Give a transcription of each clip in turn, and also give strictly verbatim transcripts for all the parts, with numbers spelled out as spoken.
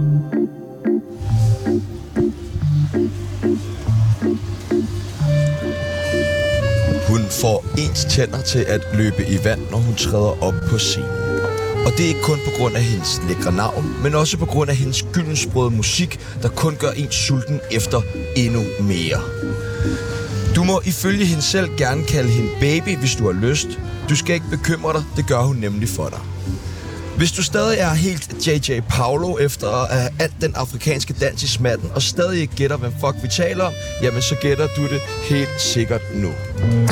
Hun får ens tænder til at løbe i vand, når hun træder op på scenen. Og det er ikke kun på grund af hendes lækre navn, men også på grund af hendes gyldensprøde musik, der kun gør en sulten efter endnu mere. Du må ifølge hende selv gerne kalde hende baby, hvis du har lyst. Du skal ikke bekymre dig, det gør hun nemlig for dig. Hvis du stadig er helt J J Paulo efter at have alt den afrikanske dans i smatten, og stadig ikke gætter, hvem fuck vi taler om, jamen så gætter du det helt sikkert nu. Det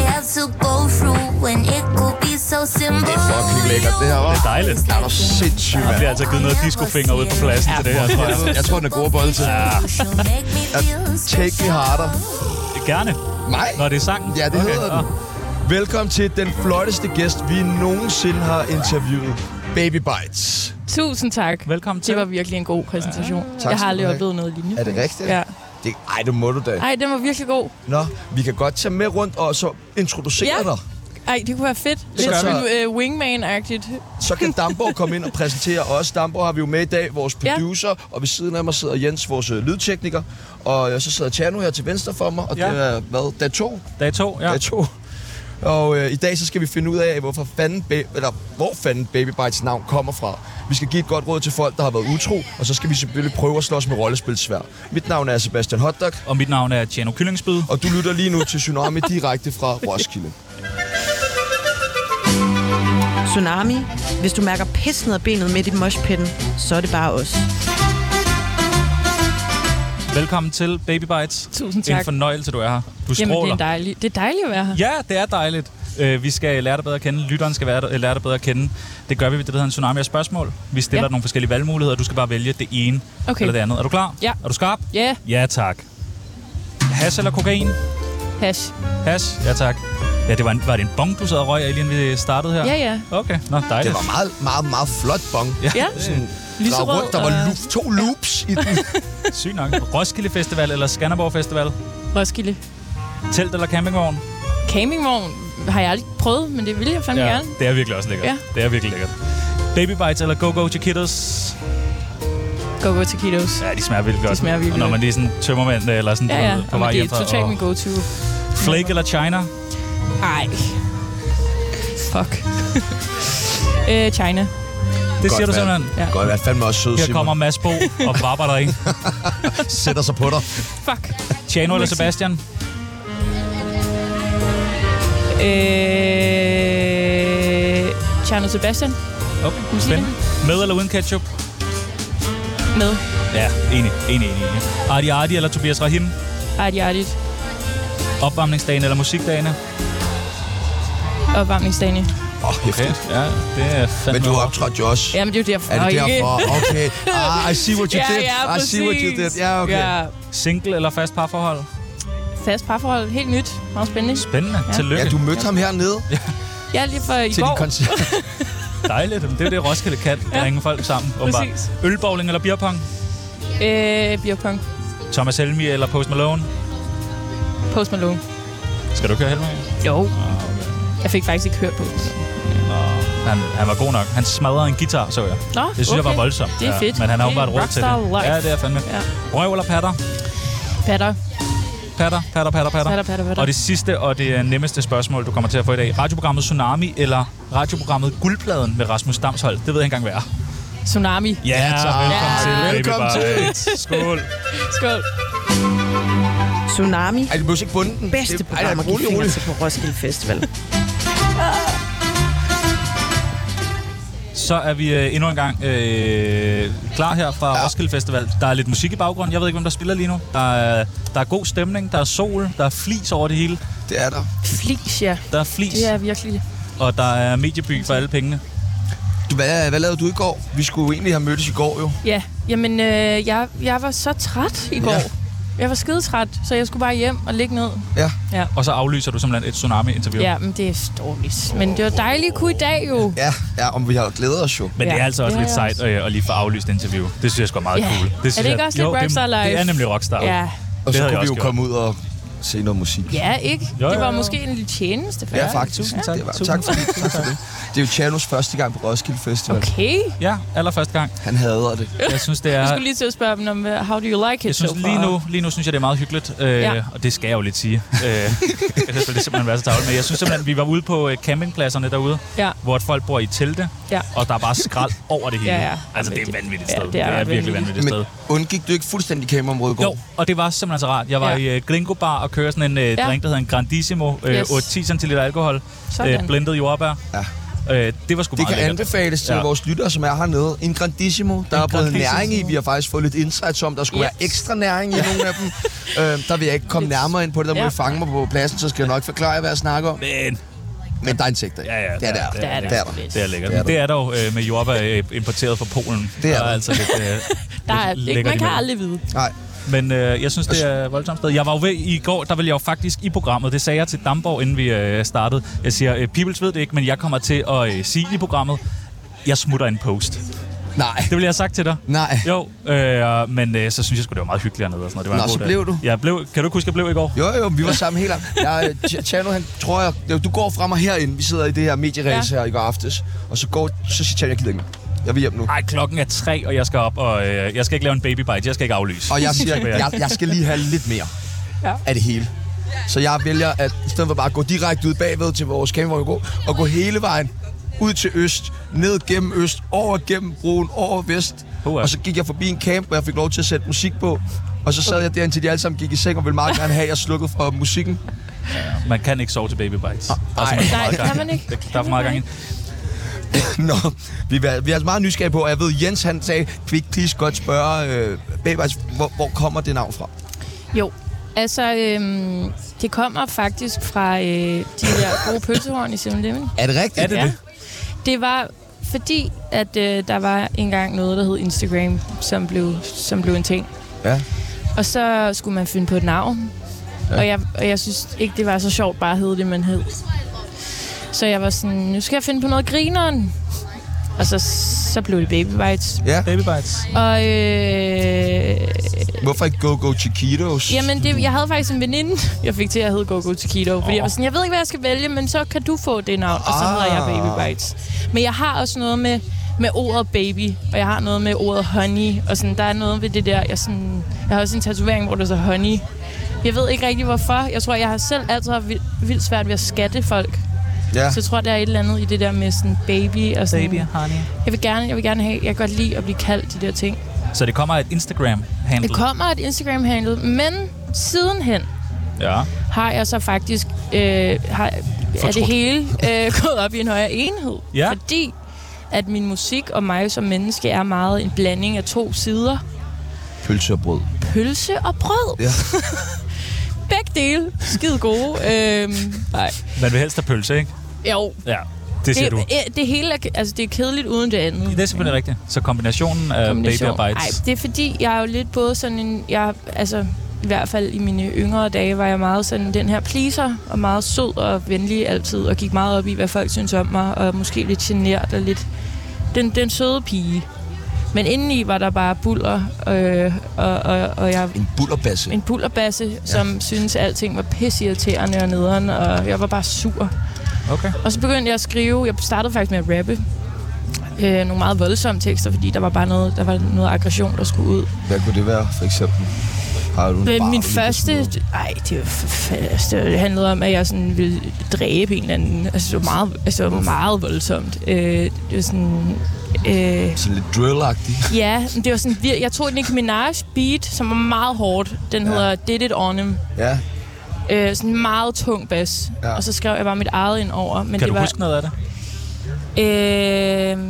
er fucking lækkert, det her, var. Det er dejligt. Det er da sindssygt, der bliver altså givet noget discofinger ud på pladsen ja, til det her, tror jeg. Jeg tror, den er god bold til. Ja. Take me harder. Gerne. Nej. Når det er sangen? Ja, det okay. hedder den. Velkommen til den flotteste gæst, vi nogensinde har interviewet. Baby Bites. Tusind tak. Velkommen til. Det var virkelig en god præsentation. Ja. Jeg har aldrig oplevet noget lignende. Er det rigtigt? Ja. Det, ej, det må du da. Ej, den var virkelig god. Nå, vi kan godt tage med rundt og så introducere ja. dig. Ej, det kunne være fedt. Lidt som uh, Wingman-agtigt. Så kan Damborg komme ind og præsentere os. Damborg har vi jo med i dag, vores producer, ja. Og ved siden af mig sidder Jens, vores uh, lydtekniker. Og uh, så sidder Tjerno her til venstre for mig, og ja. Det er, hvad, dag to? Dag to, ja. Dag to. Og øh, i dag så skal vi finde ud af, hvorfor fanden ba- eller hvor fanden Baby Bites navn kommer fra. Vi skal give et godt råd til folk, der har været utro, og så skal vi selvfølgelig prøve at slås med rollespilsværd. Mit navn er Sebastian Hotdog. Og mit navn er Tjerno Kyllingspyd. Og du lytter lige nu til Tsunami direkte fra Roskilde. Tsunami. Hvis du mærker pis ned ad benet midt i moshpitten, så er det bare os. Velkommen til Baby Bites. Tusind tak. En fornøjelse, du er her. Du Jamen, stråler. det er dejligt. Det er dejligt at være her. Ja, det er dejligt. Uh, vi skal lære dig bedre at kende. Lytteren skal være, lære dig bedre at kende. Det gør vi ved det, der hedder en tsunami af spørgsmål. Vi stiller ja. nogle forskellige valgmuligheder, og du skal bare vælge det ene okay. eller det andet. Er du klar? Ja. Er du skarp? Ja. Yeah. Ja, tak. Hash eller kokain? Hash. Hash? Ja, tak. Ja, det var, en, var det en bong, du sad og røg af, inden vi startede her? Ja, ja. Okay, nå, dejligt. Det var meget, meget, meget flot bong. Ja. ja. Sådan, der var, rundt, der var loop, to loops i den. Sygt nok. Roskilde Festival eller Skanderborg Festival? Roskilde. Telt eller campingvogn? Campingvogn har jeg aldrig prøvet, men det vil jeg fandme ja, gerne. Det er virkelig også lækkert. Ja. Det er virkelig lækkert. Baby Bites eller Go Go Chiquitos? Go Go Chiquitos. Ja, de smager virkelig godt. De smager virkelig og når man lige sådan tømmermænd eller sådan ja, ja. på, på vej hjem fra. Det er totalt min go-to. Flake eller China? Ej. Fuck. øh, China. Det siger du simpelthen. Ja. Godt, jeg fandme også sød, Her Simon. kommer Mads Bo og varper dig ind. Sætter sig på dig. Fuck. Tjerno eller Sebastian? Øh... Tjerno Sebastian. Okay, spændende. Med eller uden ketchup? Med. Ja, enig, enig, enig. Ardi Ardi eller Tobias Rahim? Ardi Ardi. Opvarmningsdagen eller musikdagene? Opvarmningsdagene. Åh, oh, hæftigt. Okay. Ja, det er fandme. Men du har optrådt jo også. Jamen, det er jo derfor. Er det derfor? Okay. Ah, I see what you ja, did. Ja, I see what you did. Ja, okay. Ja. Single eller fast parforhold? Fast parforhold. Helt nyt. Meget spændende. Spændende. Ja. Tillykke. Ja, du mødte ja. ham hernede. Ja. Ja, lige for i til går. Til koncert. Dejligt. Det er jo det, Roskilde kan. Der ja. ringer folk sammen. Præcis. Ølbowling eller beerpong? Øh, beerpong. Thomas Helmi eller Post Malone? Post Malone. Skal du køre Helmi? Jo. Ah, okay. Jeg fik faktisk ikke hørt på det. Nå, han, han var god nok. Han smadrede en guitar, så jeg. Nå, det synes okay. jeg var voldsomt. Det er ja. fedt. Men han har jo bare et råd til det. Life. Ja, det er fandme. Ja. Røv eller patter? Patter. Patter, patter, patter, patter. Patter, patter, patter. Og det sidste og det nemmeste spørgsmål, du kommer til at få i dag. Radioprogrammet Tsunami eller radioprogrammet Guldpladen med Rasmus Damshold? Det ved jeg ikke engang, hvad er. Tsunami. Ja, så velkommen ja. til. Velkommen til. Skål. Skål. Tsunami. Ej, det behøver ikke bunde den. Bedste program at give fingre til på Roskilde Festival. Så er vi øh, endnu en gang øh, klar her fra ja. Roskilde Festival. Der er lidt musik i baggrunden. Jeg ved ikke, hvem der spiller lige nu. Der er, der er god stemning, der er sol, der er flis over det hele. Det er der. Flis, ja. Der er flis. Det er virkelig. Og der er medieby for alle pengene. Du, hvad, hvad lavede du i går? Vi skulle jo egentlig have mødtes i går, jo. Ja, jamen øh, jeg, jeg var så træt i går. Ja. Jeg var skidetræt, så jeg skulle bare hjem og ligge ned. Ja. ja. Og så aflyser du simpelthen et Tsunami-interview. Ja, men det er dårligt. Men det var dejligt at kunne i dag jo. Ja, ja, om vi har glædet os jo. Men ja, det er altså også lidt også. sejt at, at lige få aflyst interview. Det synes jeg sgu er meget ja. cool. Det er det ikke jeg, også lidt jo, rockstar life? Det, det er nemlig rockstar. Ja. Og så kunne vi jo komme ud og se noget musik. Ja, ikke? Jo, Det var jo, jo. måske en lille tjeneste for Ja, jer. faktisk. tusind tak. Det var, Tusind tak, for tak. det, tak for det. Det er jo Chanos første gang på Roskilde Festival. Okay. Ja, allerførste gang. Han hader det. Jeg synes, det er... Jeg skulle lige til at spørge dem om, uh, how do you like it Jeg synes, so far? lige nu, lige nu synes jeg, det er meget hyggeligt, øh, Ja. og det skal jeg jo lidt sige. øh, jeg kan selvfølgelig simpelthen være så tavle, men jeg synes simpelthen, vi var ude på øh, campingpladserne derude, Ja. hvor folk bor i telte, Ja. og der er bare skrald over det hele. Ja, ja. Altså, det er et vanvittigt Ja, sted. det det er er, ret et virkelig vanvittigt. vanvittigt sted. Men undgik du ikke fuldstændig kameraområdet i går? Jo, og det var simpelthen så rart. Jeg var Ja. i uh, Gringo Bar og kørte sådan en uh, Ja. drink, der hedder en Grandissimo, uh, Yes. otte til ti centiliter alkohol, Sådan. uh, blendet jordbær. Ja. Uh, det var sgu Det meget kan lækkert. anbefales til Ja. ja. vores lyttere, som er hernede. En Grandissimo. Der er både Grandissimo. næring i. Vi har faktisk fået lidt insights om, der skulle Yes. være ekstra næring i nogle af dem. Øh, der vil jeg ikke komme Lidt. nærmere ind på det. Der må Ja. I fange mig på pladsen, så skal jeg nok forklare, hvad jeg snakker om. Men Men der er insekter i. Ja, ja, Det er der. Det er der. Det er der. det er lækkert. Det er Det er dog øh, med jordbær øh, importeret fra Polen. Det er der der. er altså lidt, øh, Der er, lidt ikke, lækkert man kan imellem. aldrig vide. Nej. Men øh, jeg synes, det er voldsomt sted. Jeg var jo ved i går, der ville jeg jo faktisk i programmet, det sagde jeg til Damborg, inden vi øh, startede. Jeg siger, øh, Peoples ved det ikke, men jeg kommer til at øh, sige i programmet, jeg smutter en post. Nej. Det ville jeg have sagt til dig. Nej. Jo, øh, men øh, så synes jeg sgu, det var meget hyggeligt hernede. Og sådan noget. Det var Nå, en god så dag. blev du? Jeg blev, kan du ikke huske, jeg blev i går? Jo, jo, vi var sammen helt jeg, Chano, han tror jeg... Jo, du går fra mig herinde. Vi sidder i det her medieræs Ja. her i går aftes. Og så går... Så siger Chano, jeg gider ikke mere. Jeg vil hjem nu. Ej, klokken er tre, og jeg skal op, og øh, jeg skal ikke lave en baby bite. Jeg skal ikke aflyse. Og jeg siger, jeg, jeg skal lige have lidt mere Ja. af det hele. Så jeg vælger, at i stedet for bare at gå direkte ud bagved til vores camp, hvor vi går, og gå hele vejen ud til øst, ned gennem øst, over gennem broen, over vest. Uha. Og så gik jeg forbi en camp, hvor jeg fik lov til at sætte musik på. Og så sad jeg der, indtil de alle sammen gik i seng, og ville meget gerne have, at jeg slukkede for musikken. Man kan ikke sove til baby bites. Der er Ej. simpelthen for Nej, meget det gang kan man i. ikke. Det- Der er for meget gang i. Nå, vi er, vi er altså meget nysgerrige på, og jeg ved, Jens han sagde, kan vi ikke please godt spørge, øh, Baby Bites, hvor, hvor kommer det navn fra? Jo, altså, øhm, det kommer faktisk fra øh, de der gode pølsehorn i seven eleven. Er det rigtigt? Er det Ja. det? Det var fordi, at øh, der var engang noget, der hed Instagram, som blev, som blev en ting. Ja. Og så skulle man finde på et navn. Ja. Og, jeg, og jeg synes ikke, det var så sjovt bare at hedde det, man hed. Så jeg var sådan, nu skal jeg finde på noget grineren. Og så, så blev det Baby Bites. Ja. Baby bites. Og øh, Hvorfor ikke Go Go Chiquitos? jamen, det, jeg havde faktisk en veninde, jeg fik til at hedde Go Go Chiquito. Fordi Åh. jeg var sådan, jeg ved ikke, hvad jeg skal vælge, men så kan du få det navn. Og så Ah. hedder jeg Baby Bites. Men jeg har også noget med, med ordet baby, og jeg har noget med ordet honey. Og sådan, der er noget ved det der, jeg, sådan, jeg har også en tatovering, hvor der så honey. Jeg ved ikke rigtig, hvorfor. Jeg tror, jeg har selv altid haft vildt, vildt svært ved at skatte folk. Ja. Så jeg tror, der er et eller andet i det der med sådan baby og sådan. Baby honey. Jeg vil gerne, jeg vil gerne have, jeg kan godt lide at blive kaldt de der ting. Så det kommer af et Instagram-handle? Det kommer et Instagram-handle, men sidenhen Ja. har jeg så faktisk, øh, har, er Fortrudt. det hele øh, gået op i en højere enhed. Ja. Fordi at min musik og mig som menneske er meget en blanding af to sider. Pølse og brød. Pølse og brød. Ja. Begge dele. Skide gode. øhm, nej. Man vil helst have pølse, ikke? Jo. Ja, det siger Det, du. øh, det hele er, altså det er kedeligt uden det andet. Det er selvfølgelig rigtigt. Så kombinationen af Kombination. baby og bites. Ej, det er fordi, jeg er jo lidt både sådan en... Jeg, altså, i hvert fald i mine yngre dage var jeg meget sådan den her pleaser, og meget sød og venlig altid, og gik meget op i, hvad folk synes om mig, og måske lidt genert og lidt... Den, den søde pige. Men indeni var der bare buller, øh, og, og, og jeg... En bullerbasse. En bullerbasse, ja. Som synes alting var pisseirriterende og nederen, og jeg var bare sur. Okay. Og så begyndte jeg at skrive, jeg startede faktisk med at rappe, øh, nogle meget voldsomme tekster, fordi der var bare noget, der var noget aggression, der skulle ud. Hvad kunne det være, for eksempel? Har du en Men bar, min du lige kan første, smide? ej, det var fast, det handlede om, at jeg sådan ville dræbe en eller anden, altså det var meget, altså, det var meget voldsomt. Øh, det var sådan, øh, Sådan lidt drill-agtigt. ja, men det var sådan, vir- jeg tog Nicki Minaj beat, som var meget hårdt, den Ja. hedder Did It On Him. Ja. Øh, sådan en meget tung bas. Ja. Og så skrev jeg bare mit eget ind over. Men Kan det du var, huske noget af det? Øh,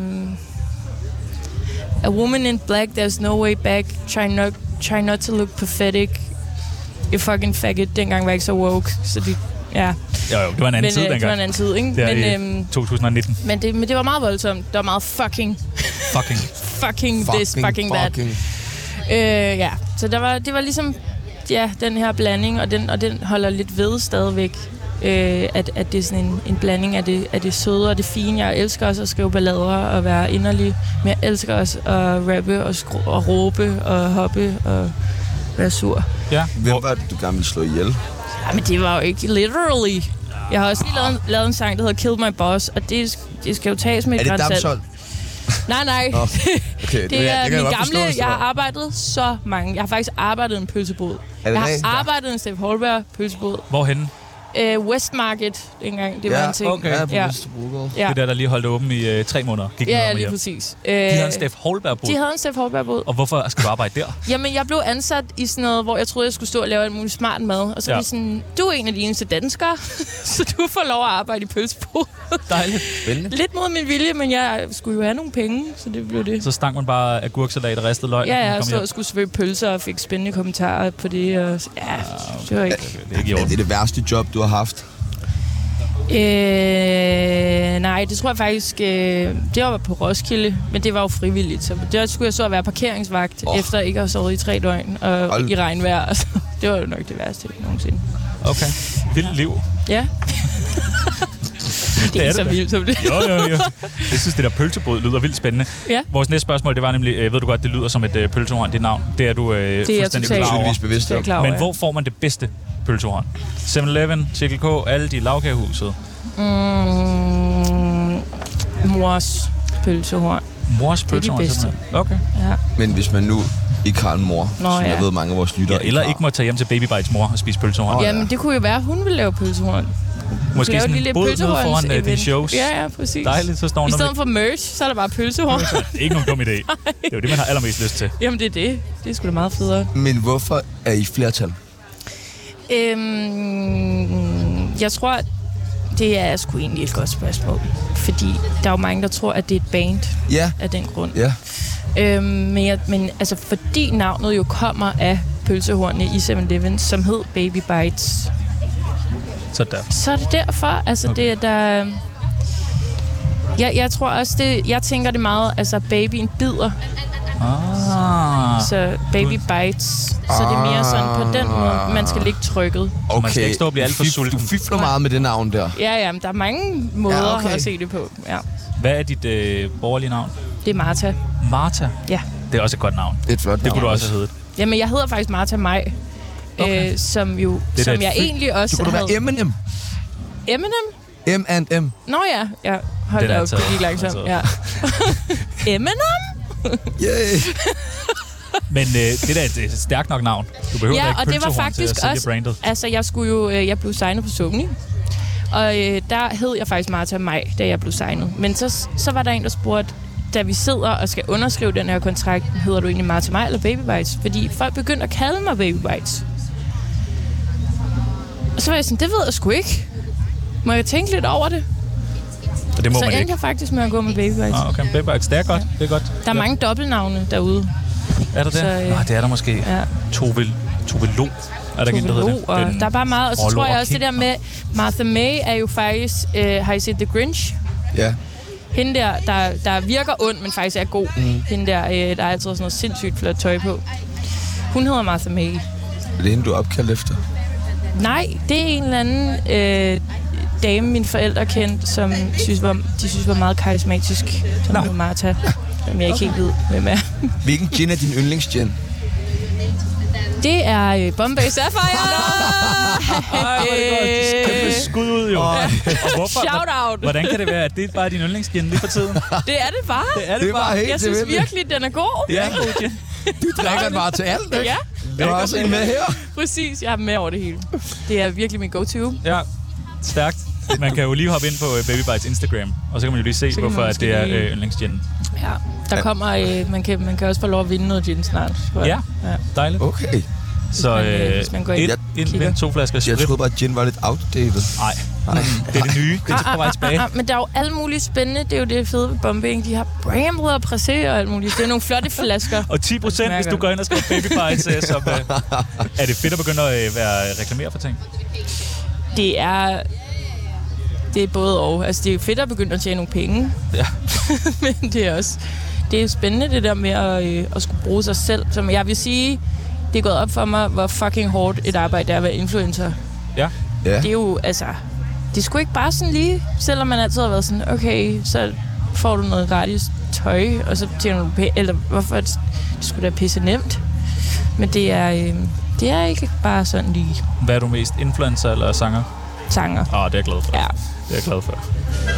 a woman in black, there's no way back. Try not, try not to look pathetic. You fucking faggot. Dengang var jeg ikke så woke. Så det, ja. Jo, jo, det var en anden Men tid øh, det var dengang. en anden tid, ikke? Der Men, i øhm, to tusind nitten. men, det, men det var meget voldsomt. Det var meget fucking, Fucking. fucking, fucking this, fucking that. fucking. Øh, ja, så der var, det var ligesom ja, den her blanding, og den, og den holder lidt ved stadigvæk. Øh, at, at det er sådan en, en blanding af det, af det søde og det fine. Jeg elsker også at skrive ballader og være inderlig, men jeg elsker også at rappe og, skru- og råbe og hoppe og være sur. Ja. Hvem var det, du gerne ville slå ihjel? Ja, men det var jo ikke literally. Jeg har også lige lavet en, lavet en sang, der hedder Kill My Boss, og det, det skal jo tages med et Er det gran salt. Damshold? Nej, nej. Oh, okay, det, det, er det min gamle. gamle. Jeg har arbejdet så mange. Jeg har faktisk arbejdet i en pølsebod. Er det Jeg har rigtigt? arbejdet i en Steff Holberg pølsebod. Hvorhenne? Uh, Westmarket, dengang. Det Ja, var en ting. okay. Ja, på Ja. Vesterbro. Ja. Det der, der lige holdt åben i uh, tre måneder. Gik Ja, den ja, om lige hjem. præcis. De havde en Steff Holberg-bod. De havde en Steff Holberg-bod. Og hvorfor skal du arbejde der? Jamen, jeg blev ansat i sådan noget, hvor jeg troede, jeg skulle stå og lave alt muligt smart mad. Og så Ja. er de sådan, du er en af de eneste danskere, så du får lov at arbejde i pølsebod. Dejligt. Spændende. Lidt mod min vilje, men jeg skulle jo have nogle penge, så det blev det. Så stank man bare agurksalat og ristet løg. Ja, når man ja, kom så hjem. jeg skulle servere pølser og fik spændende kommentarer på det. Og, ja, det var ikke... Det er ikke i Ja, orden. det er det værste job, du har haft. Øh, nej, det tror jeg faktisk... Øh, det var på Roskilde, men det var jo frivilligt. Så der skulle jeg så være parkeringsvagt, Oh. oh. efter ikke at have sovet i tre døgn og Hold. i regnvejr. Altså, det var jo nok det værste nogensinde. Okay. Vildt liv. Ja. det er, er så det da. vildt som det. Jo, jo, jo. Jeg synes, det der pølsebod lyder vildt spændende. Ja. Vores næste spørgsmål, det var nemlig, øh, ved du godt, det lyder som et øh, pølsehorn, det navn. Det er du øh, Det er jeg fuldstændig totalt klar over. Tydeligvis bevidst Det er om. jeg klar over, Men ja. hvor får man det bedste pølsehorn? seven eleven, Cirkel K, alle de lavkagehuset. Mm, mors pølsehorn. Mors Det er de pølsehorn, bedste. simpelthen. Okay. Ja. Men hvis man nu ikke har en mor, Nå, som ja. jeg ved, mange af vores lyttere Ja, eller har. ikke må tage hjem til Baby Bites mor og spise pølsehorn. Åh, ja. Jamen, det kunne jo være, at hun ville lave pølsehorn. Måske lave sådan et lille en båd nede foran øh, dine pølsehorns-event. shows. Ja, ja, præcis. Dejligt, så står hun I der stedet for merch, så er der bare pølsehorn. med... Ikke nogen dum idé. Det er jo det, man har allermest lyst til. Jamen, det er det. Det er sgu da meget federe. Men hvorfor er I flertal? Øhm, jeg tror, det er sgu egentlig et godt spørgsmål. Fordi der er jo mange, der tror, at det er et band Ja, af den grund. ja. Øhm, men, jeg, men altså, fordi navnet jo kommer af pølsehornene i seven eleven, som hed Baby Bites, Så der. så er det derfor. Altså, okay. det er der... Jeg, jeg tror også, det, jeg tænker det meget, altså babyen bider, Ah. så baby bites. Så det er mere sådan på den måde, man skal ligge trykket. Okay. man skal ikke stå og blive alt for Du fif- sulten. Du fifler meget med det navn der. Ja, ja, men der er mange måder Ja, ja, okay. okay. at se det på. Ja. Hvad er dit øh, borgerlige navn? Det er Martha. Martha. Ja. Det er også et godt navn. Det er et flot Det navn. kunne du også have heddet. Jamen, jeg hedder faktisk Martha Maj. Okay. Øh, som jo, da som et jeg fly- egentlig også Så kunne du havde... være Eminem. Eminem? M and M. Nå ja, ja. Hold Den da er op, det taget. gik langsomt. Den er Ja. Eminem? Yay. Men øh, det der er et, et stærkt nok navn. Du behøver da Ja, ikke og det var pølsehorn til at faktisk sælge også... brandet. Altså, jeg skulle jo... øh, Jeg blev signet på Sony. Og øh, der hed jeg faktisk Martha Maj, da jeg blev signet. Men så, så var der en, der spurgte, da vi sidder og skal underskrive den her kontrakt, hedder du egentlig Martha Maj eller Baby Bites? Fordi folk begyndte at kalde mig Baby Bites. Og så var jeg sådan, det ved jeg sgu ikke. Må jeg tænke lidt over det? Og det må Så man endte ikke. jeg faktisk med at gå med Baby Bites. Ah, okay, Baby Bites, det er godt. Det er godt. Der er Ja. mange dobbeltnavne derude. Er der det? så, øh, Nå, det er der måske. Ja. Tove, Tove Lo. Er der ikke en, der hedder det? Og Den- der er bare meget. Og så Rollo tror jeg og også det King. der med, Martha May er jo faktisk, øh, har I set The Grinch? Ja. Hende der, der, der virker ond, men faktisk er god. Mm. Hende der, øh, der er altid sådan noget sindssygt flot tøj på. Hun hedder Martha May. Er det hende, du er opkaldt efter? Nej, det er en eller anden øh, dame, mine forældre kendte, som synes var, de synes var meget karismatisk. Som Nå. hedder Martha. Som jeg ikke helt ved, hvem er. Hvilken gin er din yndlingsgin? Det er øh, Bombay Sapphire! Ej, hvor er det godt. Kæmpe skud ud, jo. Og hvorfor? Shout out! Hvordan kan det være, at det bare er din yndlingsgin lige for tiden? Det er det bare. Det er det, Det var bare. helt Jeg synes tilfældigt. virkelig, den er god. Det er en god gin. Du drikker den bare til alt, ikke? Ja, Der var også en med her. præcis. Jeg er med over det hele. Det er virkelig min go-to. Ja, stærkt. Man kan jo lige hoppe ind på øh, Baby Bites Instagram, og så kan man jo lige se, kan man hvorfor at måske det er lige- øh, yndlingsgin. Ja, der kommer, øh, man, kan, man kan også få lov at vinde noget gin snart. tror jeg. Ja. ja. Dejligt. Okay. Så man, øh, øh, hvis man går ind et, og ind, kigger. vind to flasker Jeg sprit. troede bare, at gin var lidt outdated. Nej, det er det nye. Det er på vej tilbage. Ah, ah, men der er jo alt muligt spændende. Det er jo det fede ved Bombay. De har brambler og pressé og alt muligt. Det er nogle flotte flasker. Og ti procent, hvis du går ind og skriver Baby Bites, øh, som, øh, er det fedt at begynde at øh, være reklamere for ting? Det er... Det er både og. Altså, det er fedt at begynde at tjene nogle penge. Ja. Men det er også... Det er spændende, det der med at, øh, at skulle bruge sig selv. Som jeg vil sige, det er gået op for mig, hvor fucking hårdt et arbejde det er at være influencer. Ja. Ja. Det er jo, altså... Det er sgu ikke bare sådan lige, selvom man altid har været sådan, okay, så får du noget gratis tøj, og så tjener du penge, eller hvorfor er det, det skulle da pisse nemt. Men det er, øh, det er ikke bare sådan lige Hvad er du mest, influencer eller sanger? sanger. Åh, oh, det er jeg glad for. Ja. Det er jeg glad for.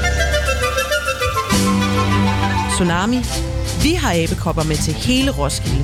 Tsunami. Vi har abekopper med til hele Roskilde.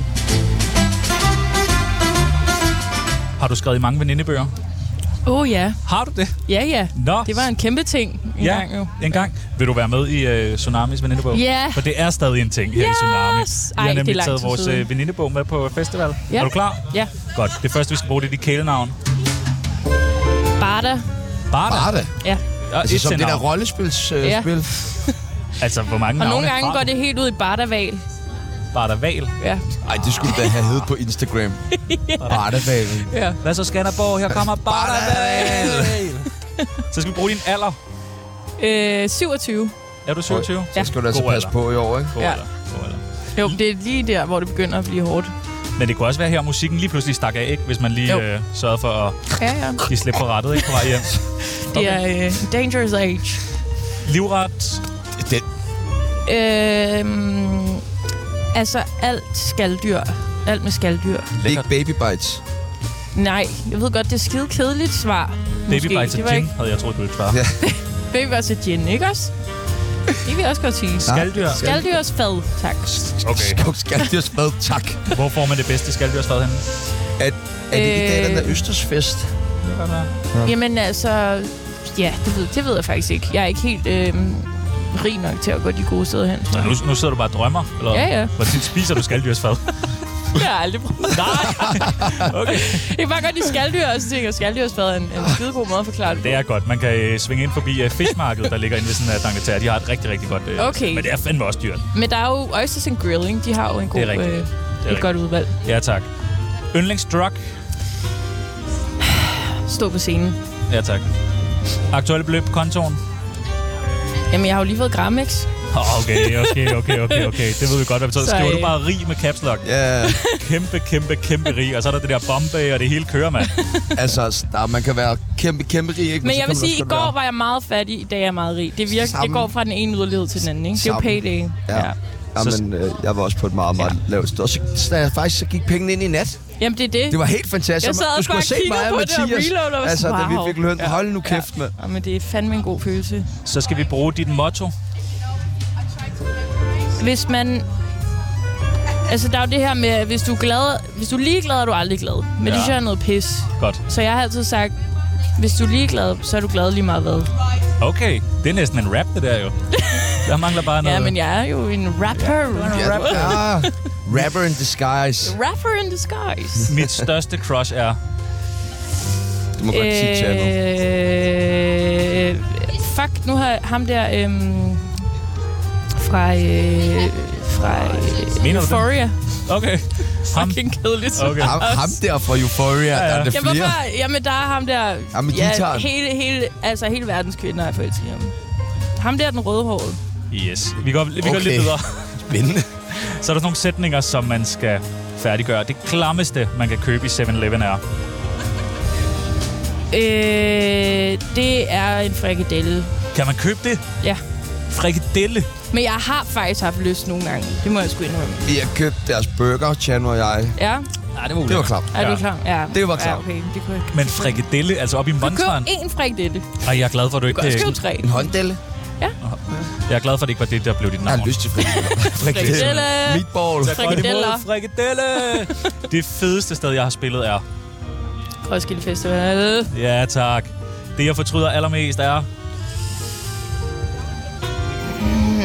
Har du skrevet i mange venindebøger? Åh oh, ja. Har du det? Ja, ja. Nå. Det var en kæmpe ting en ja, gang jo. en gang. Vil du være med i uh, Tsunamis venindebog? Ja. For det er stadig en ting her yes. i Tsunami. Vi Ej, har det er nemlig lang taget tid vores siden. uh, venindebog med på festival. Ja. Er du klar? Ja. Godt. Det første, vi skal bruge, det er dit kælenavn. Barda. Barda? Barda? Ja. Og Altså et som det til der navn. rollespilsspil. Øh, Ja. spil. Altså, hvor mange Og navne nogle gange har går du? det helt ud i Barda-val. Barda Val. Ja. Ej, det skulle da have heddet på Instagram. Bardavalen. Ja. Hvad så, Skanderborg? Her kommer Barda Val. Så skal vi bruge din alder. Øh, syvogtyve. Er du syvogtyve? Ja. Så skal du altså God passe på i år, ikke? God Ja. alder. God alder. Jo, det er lige der, hvor det begynder at blive hårdt. Men det kunne også være her, musikken lige pludselig stak af, ikke? Hvis man lige Jo. øh, sørgede for at Ja, ja. give slip på rettet, ikke? På vej hjem. Det er øh, dangerous age. Livret. Den. Øh, altså alt skalddyr. Alt med skalddyr. Ikke baby bites. Nej, jeg ved godt, det er skide kedeligt svar. Baby Måske. bites Det og var gin, ikke havde jeg troet, du ville svare. Ja. baby bites og gin, ikke også? Det vil jeg også godt sige. Skalddyr. Skalddyrs fad, tak. Okay. Skalddyrsfad, tak. Hvor får man det bedste skalddyrsfad henne? Er, er det ikke Øh. der, den der Østersfest? Det kan godt være. Jamen altså, ja, det ved, det ved jeg faktisk ikke. Jeg er ikke helt øh, rig nok til at gå de gode steder hen. Så nu, nu sidder du bare og drømmer? Eller? Ja, ja. Hvor tit spiser du skalddyrsfad? Det har jeg aldrig prøvet. Nej! Okay. Jeg kan bare godt lide skalddyr, og så tænker jeg, skalddyrsfad er en, en skidegod måde at forklare det på. Det er godt. Man kan øh, svinge ind forbi øh, fiskmarkedet, der ligger inde ved sådan en D'Angleterre. De har et rigtig, rigtig godt... Øh, Okay. Men det er fandme også dyrt. Men der er jo Oysters and Grilling, de har jo en god, Det er rigtigt. øh, Det er et rigtigt. godt udvalg. Ja, tak. Yndlingsdrug? Stå på scenen. Ja, tak. Aktuelle beløb på kontoen? Jamen, jeg har jo lige fået Gramex. Oh, okay, okay, okay, okay, okay. Det ved vi godt, hvad betyder. Så, Skriver du øh, bare rig med caps lock? Ja, Kæmpe, kæmpe, kæmpe rig. Og så er der det der bombe, og det hele kører, mand. altså, der, man kan være kæmpe, kæmpe rig, ikke? Men så jeg kan vil man sige, også i godt går være- var jeg meget fattig, i dag er jeg meget rig. Det, virker, det Sammen. går fra den ene yderlighed til den anden, ikke? Det er jo Sammen. payday. Ja. Jamen, øh, jeg var også på et meget, meget Ja. lavt sted. Og så, så jeg faktisk så gik pengene ind i nat. Jamen, det er det. Det var helt fantastisk. Jeg sad Du også skulle bare have set og mig kiggede og på det og Mathias. reload, og var Altså, sådan, da vi wow. fik løn. Ja. Hold nu kæft, mand. Ja, men det er fandme en god følelse. Så skal vi bruge dit motto. Hvis man... Altså, der er jo det her med, at hvis du er glad... Hvis du er ligeglad, er du aldrig glad. Men Ja. det synes jeg er noget pis. Godt. Så jeg har altid sagt, hvis du er ligeglad, så er du glad lige meget hvad. Okay, det er næsten en rap, det der jo. Der mangler bare noget... Ja, men jeg er jo en rapper. Ja, rapper. ja. Rapper in disguise. Rapper in disguise. Mit største crush er... Du må godt sige til Øh, fuck, nu har ham der øhm, fra, øh, fra øh, Mener du det? Euphoria. Okay. Ham. Fucking kedeligt. Okay. ham, ham der fra Euphoria. Ja, ja. Der er der Ja, flere. hvorfor? Jamen, der er ham der... Ham med ja, guitaren. hele, hele, altså, hele verdens kvinder er forelsket i ham. Ham der, den rødhårede. Yes. Vi går, vi går Okay. lidt videre. Spændende. Så er der nogle sætninger, som man skal færdiggøre. Det klammeste, man kan købe i seven eleven er... Øh, det er en frikadelle. Kan man købe det? Ja. Frikadelle? Men jeg har faktisk haft lyst nogle gange. Det må jeg sgu indrømme. Vi har købt deres burger, Chano og jeg. Ja, Nej, det var Det var klart. er du klar? Ja. Det var klart. Ja, okay. Det kunne jeg. Men frikadelle, altså op i Du monsteren? køber én frikadelle. Ej, jeg er glad for, at du Du ikke... kan også det- købe tre. En hånddelle. Jeg er glad for, at det ikke var det, der blev dit Jeg navn. har lyst til frikadelle. Frikadelle. Meatball. Så godt imod Frikadeller. Frikadelle! Det fedeste sted, jeg har spillet, er... Roskilde Festival. Ja, tak. Det, jeg fortryder allermest, er... Mm,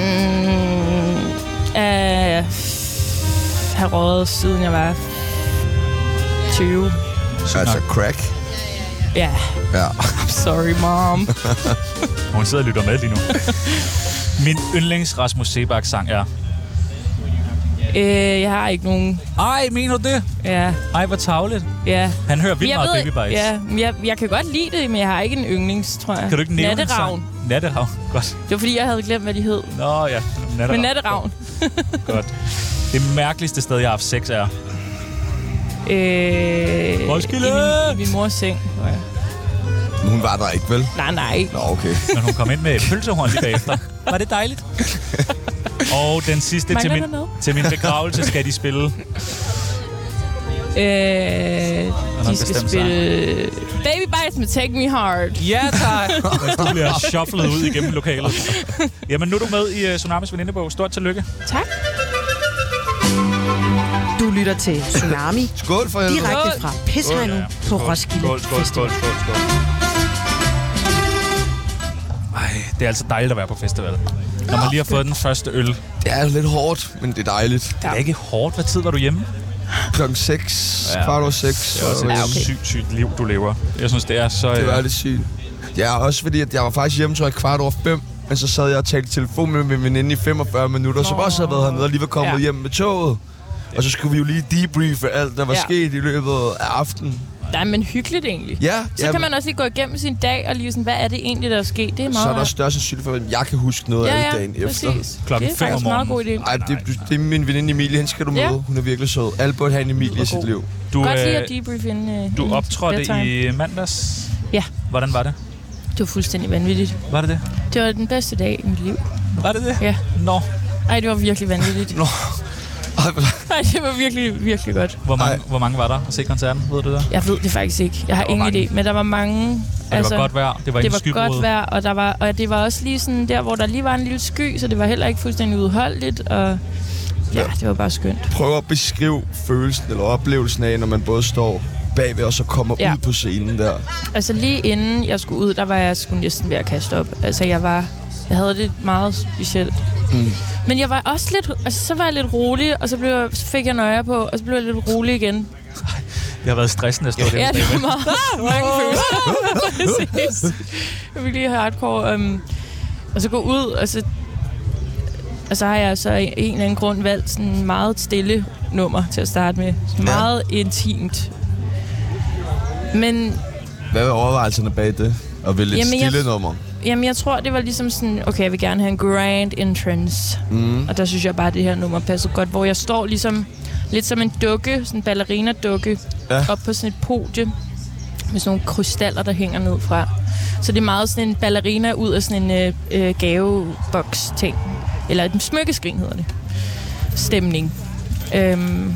øh, har røget siden jeg var tyve. Altså crack. Ja, Ja. sorry mom. Hun sidder og lytter med lige nu. Min yndlings Rasmus Sebak-sang er... øh, jeg har ikke nogen... Ej, mener du det? Ja, Ej, hvor tavligt. ja. Han hører vildt Jeg meget ved- Baby Bites. Ja, men jeg, jeg kan godt lide det, men jeg har ikke en yndlings, tror jeg. Kan du ikke nævne en Natteravn. sang? Natteravn. Godt. Det var fordi, jeg havde glemt, hvad de hed. Nå ja, Natteravn. Men Natteravn. Godt. Det mærkeligste sted, jeg har haft sex, er... Øh, Roskilde! I min, min mors seng. tror jeg. Men hun var der ikke, vel? Nej, nej. Nå, okay. Men hun kom ind med pølsehorn lige bagefter. Var det dejligt? Og den sidste til Mangler min, der noget? til min begravelse skal de spille... Øh, de skal spille Baby Bites med Take Me Hard. Ja, tak. Du bliver shufflet ud igennem lokalet. Jamen, nu er du med i uh, Tsunamis venindebog. Stort tillykke. Tak. Du lytter til Tsunami. Skål for helvede. Direkte fra Pishegnet ja. på Roskilde skål, skål, skål, skål, skål. Ej, det er altså dejligt at være på festival. Når man lige har fået den første øl. Det er lidt hårdt, men det er dejligt. Det er ikke hårdt. Hvad tid var du hjemme? Klokken seks, ja. kvart over seks. Det er også et ja, okay. sygt, sygt liv, du lever. Jeg synes, det er så... Det var lidt sygt. Ja, også fordi, at jeg var faktisk hjemme, tror jeg, kvart over fem. Men så sad jeg og talte telefon med min veninde i femogfyrre minutter, som også havde været hernede og lige var kommet ja. hjem med toget. Og så skulle vi jo lige debriefe alt, der var ja. sket i løbet af aftenen. Nej, men hyggeligt egentlig. Ja. Så jamen. kan man også lige gå igennem sin dag og lige sådan, hvad er det egentlig, der er sket? Det er meget... Så er der større sandsynlighed for, at jeg kan huske noget ja, af ja, dagen præcis. efter. Klokken fem om morgenen. Det er faktisk meget god idé. Ej, det, det er min veninde Emilie, hende skal du møde. Ja. Hun er virkelig sød. Alle burde have en Emilie i sit liv. Du godt lige at debrief inden uh, Du optrådte i mandags. Ja. Hvordan var det? Det var fuldstændig vanvittigt. Var det det? Det var den bedste dag i mit liv. Var det det? Ja. Nå. Ej, det var virkelig vanvittigt. Nå. Nej, det var virkelig, virkelig godt. Hvor mange, hvor mange var der at se koncerten? Ved du det? Jeg ved det faktisk ikke. Jeg har ingen mange. idé. Men der var mange. Og det altså, var godt vejr. Det var, det var godt vejr, og, der var, og det var også lige sådan der, hvor der lige var en lille sky, så det var heller ikke fuldstændig udholdeligt. Og ja, det var bare skønt. Prøv at beskrive følelsen eller oplevelsen af, når man både står bagved og så kommer ja. ud på scenen der. Altså lige inden jeg skulle ud, der var jeg sgu næsten ved at kaste op. Altså jeg var... Jeg havde det meget specielt. Mm. Men jeg var også lidt... Altså, så var jeg lidt rolig, og så, blev jeg, så fik jeg nøje på, og så blev jeg lidt rolig igen. Det har været stressende at stå der. Ja, det var meget. Mange følelser. Præcis. Jeg ville lige hardcore. Um, og så gå ud, og så... Og så har jeg så en eller anden grund valgt sådan en meget stille nummer til at starte med. Meget ja. intimt. Men... Hvad var overvejelserne bag det? Og vælge et stille jeg, nummer? Jamen, jeg tror, det var ligesom sådan, okay, jeg vil gerne have en grand entrance. Mm. Og der synes jeg bare, at det her nummer passer godt, hvor jeg står ligesom lidt som en dukke, sådan en ballerina-dukke, ja. op på sådan et podie med sådan nogle krystaller, der hænger ned fra. Så det er meget sådan en ballerina ud af sådan en øh, gaveboks-ting. Eller en smykkeskrin hedder det. Stemning. Øhm.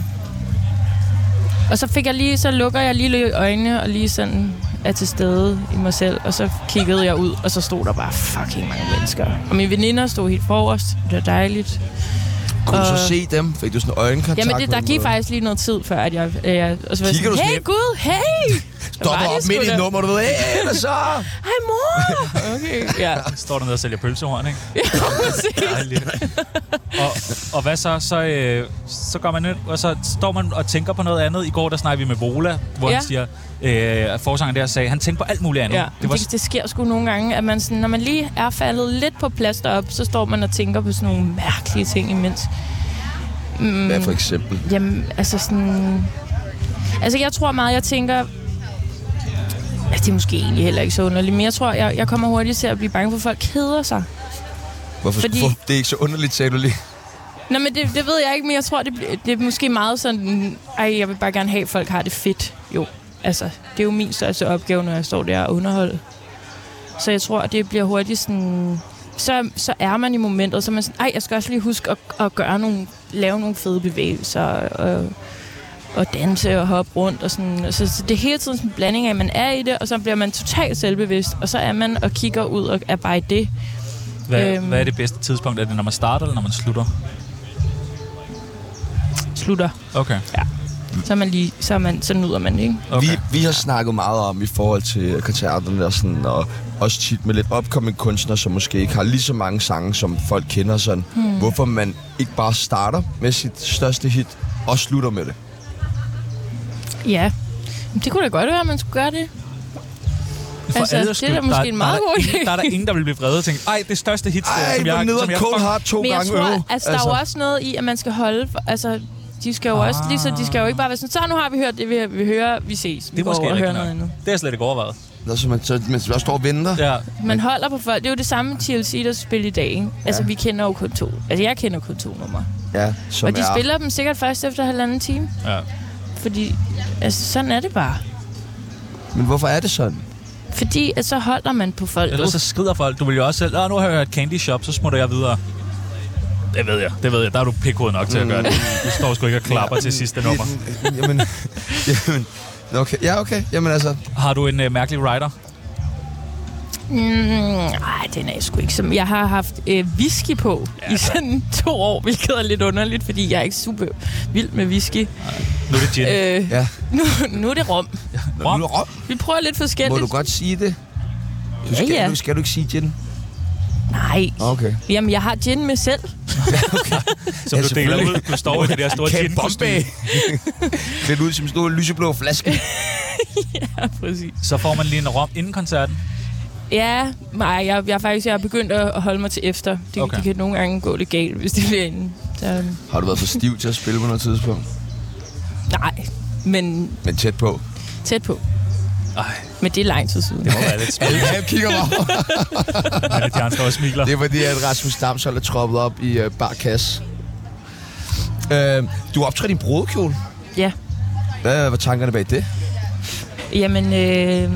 Og så fik jeg lige, så lukker jeg lige øjnene og lige sådan er til stede i mig selv, og så kiggede jeg ud, og så stod der bare fucking mange mennesker. Og mine veninder stod helt forrest. Det var dejligt. Kunne og... du så se dem? Fik du sådan øjenkontakt? Jamen, det, der gik faktisk lige noget tid, før at jeg... jeg og så var Kigger sådan, hey Gud, hey! Stopper op midt i et nummer, du ved, hey, hvad så? Hej mor! Okay, ja. Står der nede og sælger pølsehorn, ikke? Ja, præcis. og, og hvad så? Så, øh, så går man ind, og så står man og tænker på noget andet. I går, der snakker vi med Vola, hvor ja. han siger, øh, forsangeren der sagde, han tænker på alt muligt andet. Ja, det, var... det, det sker sgu nogle gange, at man sådan, når man lige er faldet lidt på plads deroppe, så står man og tænker på sådan nogle mærkelige ting imens. Mm, hvad for eksempel? Jamen, altså sådan... Altså, jeg tror meget, jeg tænker... Altså, det er måske egentlig heller ikke så underligt, men jeg tror, jeg, jeg kommer hurtigt til at blive bange for, at folk keder sig. Hvorfor? Fordi... For, det er ikke så underligt, sagde du lige. Nå, men det, det ved jeg ikke, men jeg tror, det, det er måske meget sådan... Ej, jeg vil bare gerne have, at folk har det fedt. Jo, altså, det er jo min største opgave, når jeg står der og underholder. Så jeg tror, det bliver hurtigt sådan... Så, så er man i momentet, så er man sådan... Ej, jeg skal også lige huske at, at gøre nogle... Lave nogle fede bevægelser og... og danse og hoppe rundt og sådan. Så, så det er hele tiden sådan en blanding af, at man er i det, og så bliver man totalt selvbevidst, og så er man og kigger ud og er bare i det. Hvad, øhm, hvad er det bedste tidspunkt? Er det, når man starter, eller når man slutter? Slutter. Okay. Ja. Så, er man lige, så, er man, så nyder man det, ikke? Okay. Vi, vi har snakket meget om i forhold til koncerterne og sådan, og også tit med lidt upcoming kunstnere, som måske ikke har lige så mange sange, som folk kender sådan. Hmm. Hvorfor man ikke bare starter med sit største hit, og slutter med det. Ja, det kunne da godt være, at man skulle gøre det. For altså, det er da måske der, en meget god idé. Der er der ingen, der vil blive vrede og tænke, ej, det største hit, ej, som jeg... Ej, som jeg Cold Heart to men gange jeg tror, øve. altså, der altså. er jo også noget i, at man skal holde... Altså, de skal jo ah. også lige så, de skal jo ikke bare være sådan, så nu har vi hørt det, vi, vi hører, vi ses. Vi det går over og hører noget andet. Det er slet ikke overvejet. Nå, så man, så, man står og venter? Ja. Man holder på folk. Det er jo det samme med T L C, der spiller i dag, ikke? Ja. Altså, vi kender jo kun to. Altså, jeg kender kun to numre. Ja, som og de er. spiller dem sikkert først efter halvanden time. Ja. Fordi, altså, sådan er det bare. Men hvorfor er det sådan? Fordi, at så holder man på folk. Ellers så skrider folk. Du vil jo også selv, nu har jeg hørt Candy Shop, så smutter jeg videre. Det ved jeg, det ved jeg. Der er du pikhoved nok til at gøre det. Du står sgu ikke og klapper til sidste nummer. Jamen, jamen, okay. Ja, okay. Jamen altså... Har du en uh, mærkelig rider? Mm, nej, den er jeg sgu ikke. Som jeg har haft øh, whisky på ja, i sådan to år, hvilket er lidt underligt, fordi jeg er ikke super vild med whisky. Nu er det gin. Øh, ja. nu, nu er det rom. Ja. Rom? Nu er rom. Vi prøver lidt forskelligt. Må du godt sige det? Du skal, ja, ja. Du, skal du ikke sige gin? Nej. Okay. Jamen, jeg har gin med selv. Okay. Så ja, du deler ud. Du står i det der store gin-kostyme. Det ud som en stor lyseblå flaske. Ja, præcis. Så får man lige en rom inden koncerten? Ja, nej, jeg, jeg, faktisk, jeg har begyndt at holde mig til efter. Det, okay. det kan nogle gange gå lidt galt, hvis det bliver inden. Så... Har du været for stiv til at spille på noget tidspunkt? Nej, men... Men tæt på? Tæt på. Ej. Men det er lang tid siden. Det må være lidt spændende. Alle kigger mig. Men det er og smiler. Det er fordi, at Rasmus Damshold er troppet op i uh, bar kasse. Uh, du optrådte i en brudekjole. Ja. Hvad var tankerne bag det? Jamen, øh...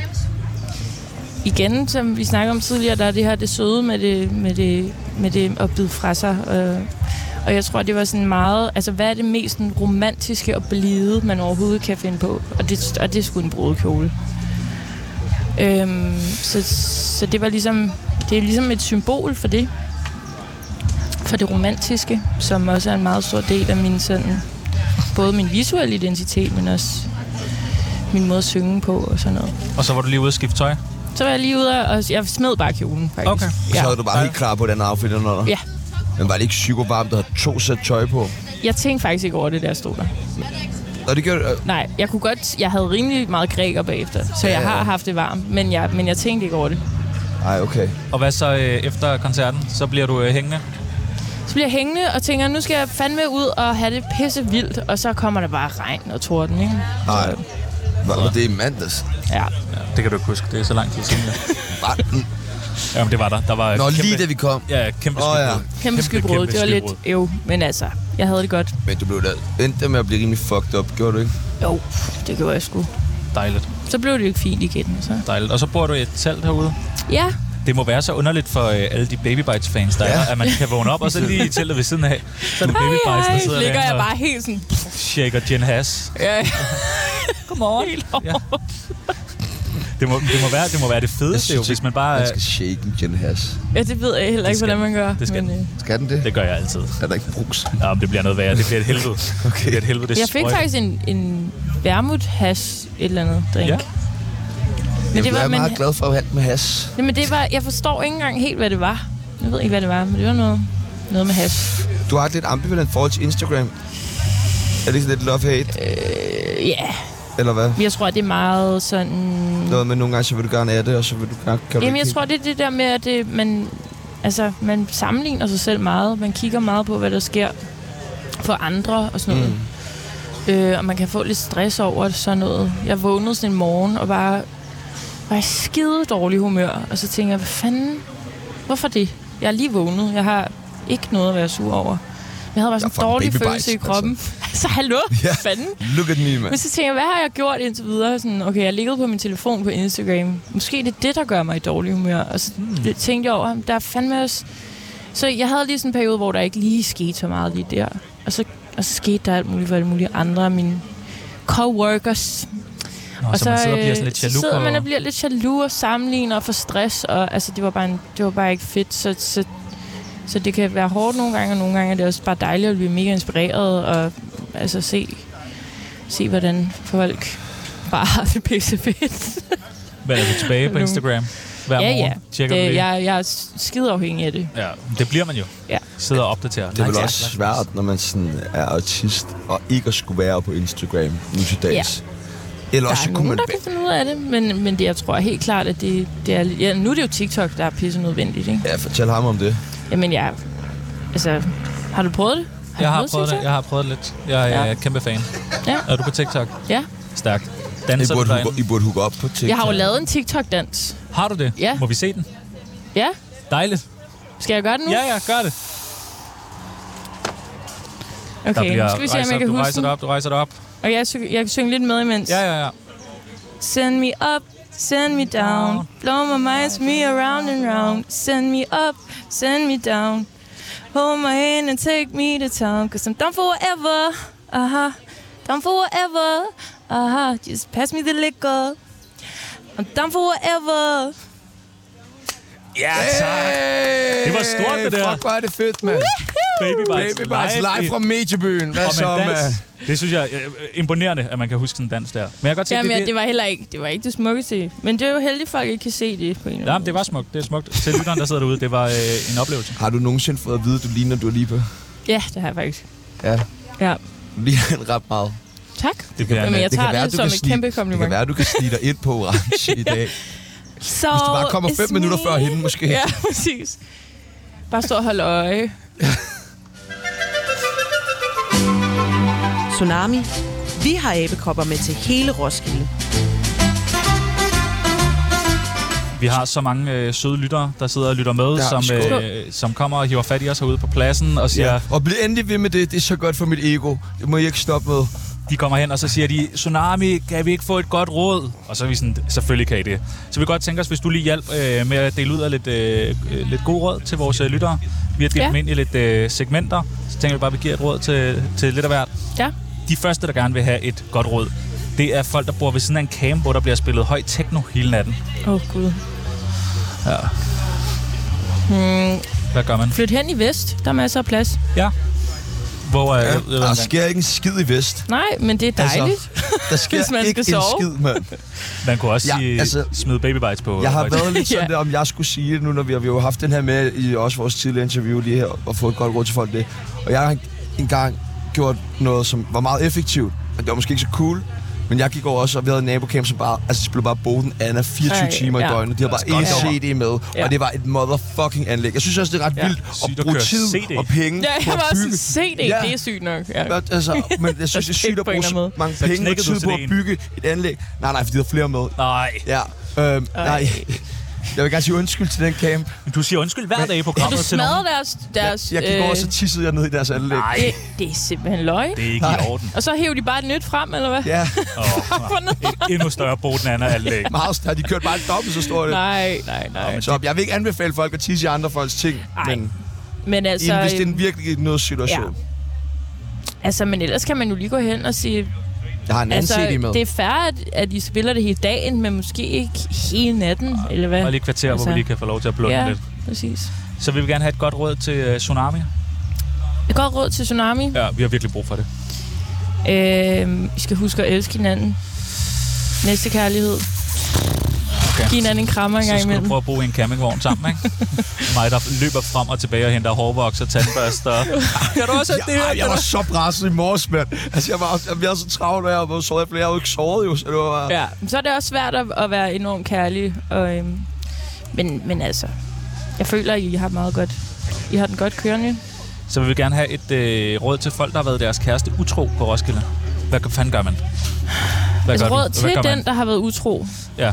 igen, som vi snakkede om tidligere, der er det her det søde med det, med det, med det at bide fra sig. Øh, og jeg tror, det var sådan meget... Altså, hvad er det mest romantiske og blide, man overhovedet kan finde på? Og det, og det er sgu en brudekjole. Øhm, så, så det var ligesom... Det er ligesom et symbol for det. For det romantiske, som også er en meget stor del af min sådan... Både min visuelle identitet, men også min måde at synge på og sådan noget. Og så var du lige ude at skifte tøj? Så var jeg lige ude, og jeg smed bare kjolen, faktisk. Okay. Ja. Så havde du bare helt klar på den outfit eller noget? Ja. Men var det ikke psykovarmt, der havde to sæt tøj på? Jeg tænkte faktisk ikke over det, der jeg stod der. Og det gjorde... Øh... Nej, jeg kunne godt... Jeg havde rimelig meget græker bagefter, så ja, jeg har haft det varmt, men jeg, men jeg tænkte ikke over det. Nej, okay. Og hvad så øh, efter koncerten? Så bliver du øh, hængende? Så bliver jeg hængende og tænker, nu skal jeg fandme ud og have det pisse vildt, og så kommer der bare regn og torden, ikke? Nej. Var, var det i mandags? Ja. Ja, det kan du ikke huske. Det er så lang tid siden. Var den? Jamen, det var der. Der var Nå, kæmpe, lige da vi kom. Ja, kæmpe oh, skybrud. ja. Kæmpe, Kæmpe skybrud. Det var lidt øv, men altså, jeg havde det godt. Men du blev da endte med at blive rimelig fucked up, gjorde du ikke? Jo, det gjorde jeg sgu. Dejligt. Så blev det jo ikke fint igen, så. Dejligt. Og så bor du i et telt herude? Ja. Det må være så underligt for øh, alle de Baby Bites-fans, der ja. er, at man kan vågne op, og så lige i teltet ved siden af, så er det Baby Bites, der sidder ligger der jeg bare helt sådan... shaker gin has. Ja, ja. Godmorgen. Helt ja. Det må, det, må være, det må være det fedeste, synes, jo, hvis man bare... Man skal shake en gin has. Ja, det ved jeg heller ikke, hvordan man gør. Det skal, men, øh, skal den det? Det gør jeg altid. Er der ikke brugs? Ja, det bliver noget værre. Det bliver et helvede. Okay. Det bliver et helvede. Det jeg fik sprøjt. faktisk en, en vermouth hash, et eller andet drink. Ja. Men Jamen, det var, jeg er meget men, glad for at have med hash. Nej, men det var... Jeg forstår ikke engang helt, hvad det var. Jeg ved ikke, hvad det var, men det var noget, noget med hash. Du har et lidt ambivalent forhold til Instagram. Er det ikke lidt love-hate? Øh, ja. Yeah. Eller hvad? Jeg tror, det er meget sådan... Noget med, nogle gange så vil du gerne have det, og så vil du gerne... Kan du Jamen, jeg kigge? tror, det er det der med, at det, man, altså, man sammenligner sig selv meget. Man kigger meget på, hvad der sker for andre og sådan noget. Mm. Øh, og man kan få lidt stress over sådan noget. Jeg vågnede sådan en morgen og bare var i skide dårlig humør. Og så tænker jeg, hvad fanden? Hvorfor det? Jeg er lige vågnet. Jeg har ikke noget at være sur over. Jeg havde bare sådan en dårlig følelse i kroppen. Altså, altså hallo? Hvad yeah. fanden? Look at me, man. Men så tænker jeg, hvad har jeg gjort indtil videre? Sådan, okay, jeg liggede på min telefon på Instagram. Måske det er det, der gør mig i dårlig humør. Og så hmm. tænkte jeg over, der er fandme også... Så jeg havde lige sådan en periode, hvor der ikke lige skete så meget lige der. Og så, og så skete der alt muligt for alle mulige andre af mine coworkers. Nå, og så, så, man sidder og bliver sådan lidt så jaloux sidder på... man og bliver lidt jaloux og sammenligner og får stress. Og altså, det var bare, en, det var bare ikke fedt. Så, så, så det kan være hårdt nogle gange, og nogle gange er det også bare dejligt at blive mega inspireret og altså se, se hvordan folk bare har det pisse fedt. Men er du tilbage på Instagram hver ja, morgen? Ja, det, jeg, jeg er skide afhængig af det. Ja, det bliver man jo. Ja. Sidder og opdaterer. Det er vel også svært, når man sådan er autist, og ikke at skulle være på Instagram nu til dags. Ja. Eller der også er kunne nogen, man... der kan finde ud af det, men, men det, jeg tror helt klart, at det, det er... Ja, nu er det jo TikTok, der er pisse nødvendigt, ikke? Ja, fortæl ham om det. Jamen, jeg... Altså, har du prøvet det? Har jeg du har prøvet det. Jeg har prøvet det lidt. Jeg er ja. kæmpe fan. Ja. Er du på TikTok? Ja. Stærkt. Danser I burde, du derinde? I burde hooke op på TikTok. Jeg har jo lavet en TikTok-dans. Har du det? Ja. Må vi se den? Ja. Dejligt. Skal jeg gøre det nu? Ja, ja, gør det. Okay, bliver, nu skal vi se, om jeg kan du huske rejser dig op, du rejser dig op. Og jeg, sy- jeg kan synge lidt med imens. Ja, ja, ja. Send me up, send me down. Blow my mind, me around and round. Send me up, send me down. Hold my hand and take me to town, cause I'm done forever. Aha, done forever. Aha, just pass me the liquor. I'm done forever. Ja, tak. Det var stort, det der. Fuck, hvor er det fedt, mand. Baby Bites, Baby Bites live fra Mediebyen. Hvad så, med? Det synes jeg er imponerende, at man kan huske sådan en dans der. Men jeg kan godt se, Jamen, det, det, det, det var heller ikke det var ikke det smukkeste. Men det er jo heldigt, at folk ikke kan se det på en eller ja, anden det var smukt. Det er smukt. Til lytteren, der sidder derude, det var øh, en oplevelse. Har du nogensinde fået at vide, at du ligner Dua Lipa? Ja, det har jeg faktisk. Ja. Ja. Du ligner hende ret meget. Tak. Det kan, Jamen, jeg det tager kan være, det du som kan et snige, kæmpe Det kompliment. kan være, du kan snige dig ind på orange i dag. Så Hvis du bare kommer fem minutter før hende, måske. Ja, præcis. Bare stå og holde øje. Tsunami. Vi har abekopper med til hele Roskilde. Vi har så mange øh, søde lyttere, der sidder og lytter med, Ja, som, øh, som kommer og hiver fat i os herude på pladsen og siger, Ja. Og bliv endelig ved med det. Det er så godt for mit ego. Det må I ikke stoppe med. de kommer hen og så siger de, Tsunami, kan vi ikke få et godt råd? Og så er vi sådan, selvfølgelig kan I det. Så vi godt tænke os, hvis du lige hjælp øh, med at dele ud af lidt, øh, lidt gode råd til vores øh, lyttere. Vi har delt Ja. dem ind i lidt øh, segmenter, så tænker vi bare, at vi giver et råd til, til lidt af hvert. Ja. De første, der gerne vil have et godt råd, det er folk, der bor ved sådan en camp, hvor der bliver spillet høj techno hele natten. Åh, oh, Gud. Ja. Hmm, Hvad gør man? flyt hen i vest. Der er masser af plads. Ja. Hvor, øh, Ja, jeg ved, der hvad- sker ikke en skid i vest. Nej, men det er dejligt. Altså, der sker Hvis man ikke en skal sove. skid, mand. man kunne også Ja, sige, altså, smide baby bites på. Jeg har høj været lidt sådan Ja. der, om jeg skulle sige det nu, når vi har, vi har jo haft den her med i også vores tidligere interview lige her, og fået et godt råd til folk det. Og jeg har engang gjort noget, som var meget effektivt, men det var måske ikke så cool. Men jeg gik over også, og vi havde en nabocamp, som bare, altså de spillede bare Boden Anna fireogtyve Ej, timer ja. i døgnet. De havde bare Godt en nummer. C D med, Ja. og det var et motherfucking anlæg. Jeg synes også, det er ret Ja. vildt Sygt at at bruge køre tid C D. og penge Ja, på jeg at var også bygge. C D. Ja. Det er sygt nok. Ja. Men, altså, men jeg synes, det er sygt at på en bruge eller anden så mange Så penge og knækkede du tid på at C D'en. bygge et anlæg. Nej, nej, fordi der er flere med. Nej. Ja, øhm, nej. Jeg vil gerne sige undskyld til den camp. Du siger undskyld hver dag i Ja, programmet du til nogen. smadrede deres... deres Jeg gik over, øh, så tissede jeg ned i deres anlæg. Nej, det, det er simpelthen løg. det er ikke Nej. i orden. Og så hæver de bare et nyt frem, eller hvad? Ja, Oh, et endnu større Boden Anna anlæg. meget har de kørt bare dobbelt så stort. Nej, nej, nej. Så jeg vil ikke anbefale folk at tisse i andre folks ting, Ej, men Men altså... altså, hvis det er en øhm, virkelig noget situation. Altså, men ellers kan man jo lige gå hen og sige... Jeg har en anden Altså, C D med. det er fair, at, at I spiller det hele dagen, men måske ikke hele natten, eller hvad? Og lige et kvarter, altså, hvor vi lige kan få lov til at blunde Ja, lidt. præcis. Så vil vi gerne have et godt råd til uh, Tsunami. Et godt råd til Tsunami. Ja, vi har virkelig brug for det. Øh, I skal huske at elske hinanden. Næste kærlighed. Okay. Giv hinanden en krammer en Så gang skal du imellem. prøve at bo i en campingvogn sammen, ikke? Mig, der løber frem og tilbage og henter hårvoks og tandbørster. Kan du også have det her? Ja, jeg var så presset i morges, mand. Altså, jeg var, jeg var så travlt, og jeg var sovet flere. Jeg havde ikke sovet, jo. Så det var... Ja, så er det også svært at, at være enormt kærlig. Og, øhm, men, men altså, jeg føler, at I har meget godt. I har den godt kørende. Så vil vi gerne have et øh, råd til folk, der har været deres kæreste utro på Roskilde. Hvad fanden gør man? Hvad Altså gør råd du? til Hvad gør den, man? der har været utro. Ja.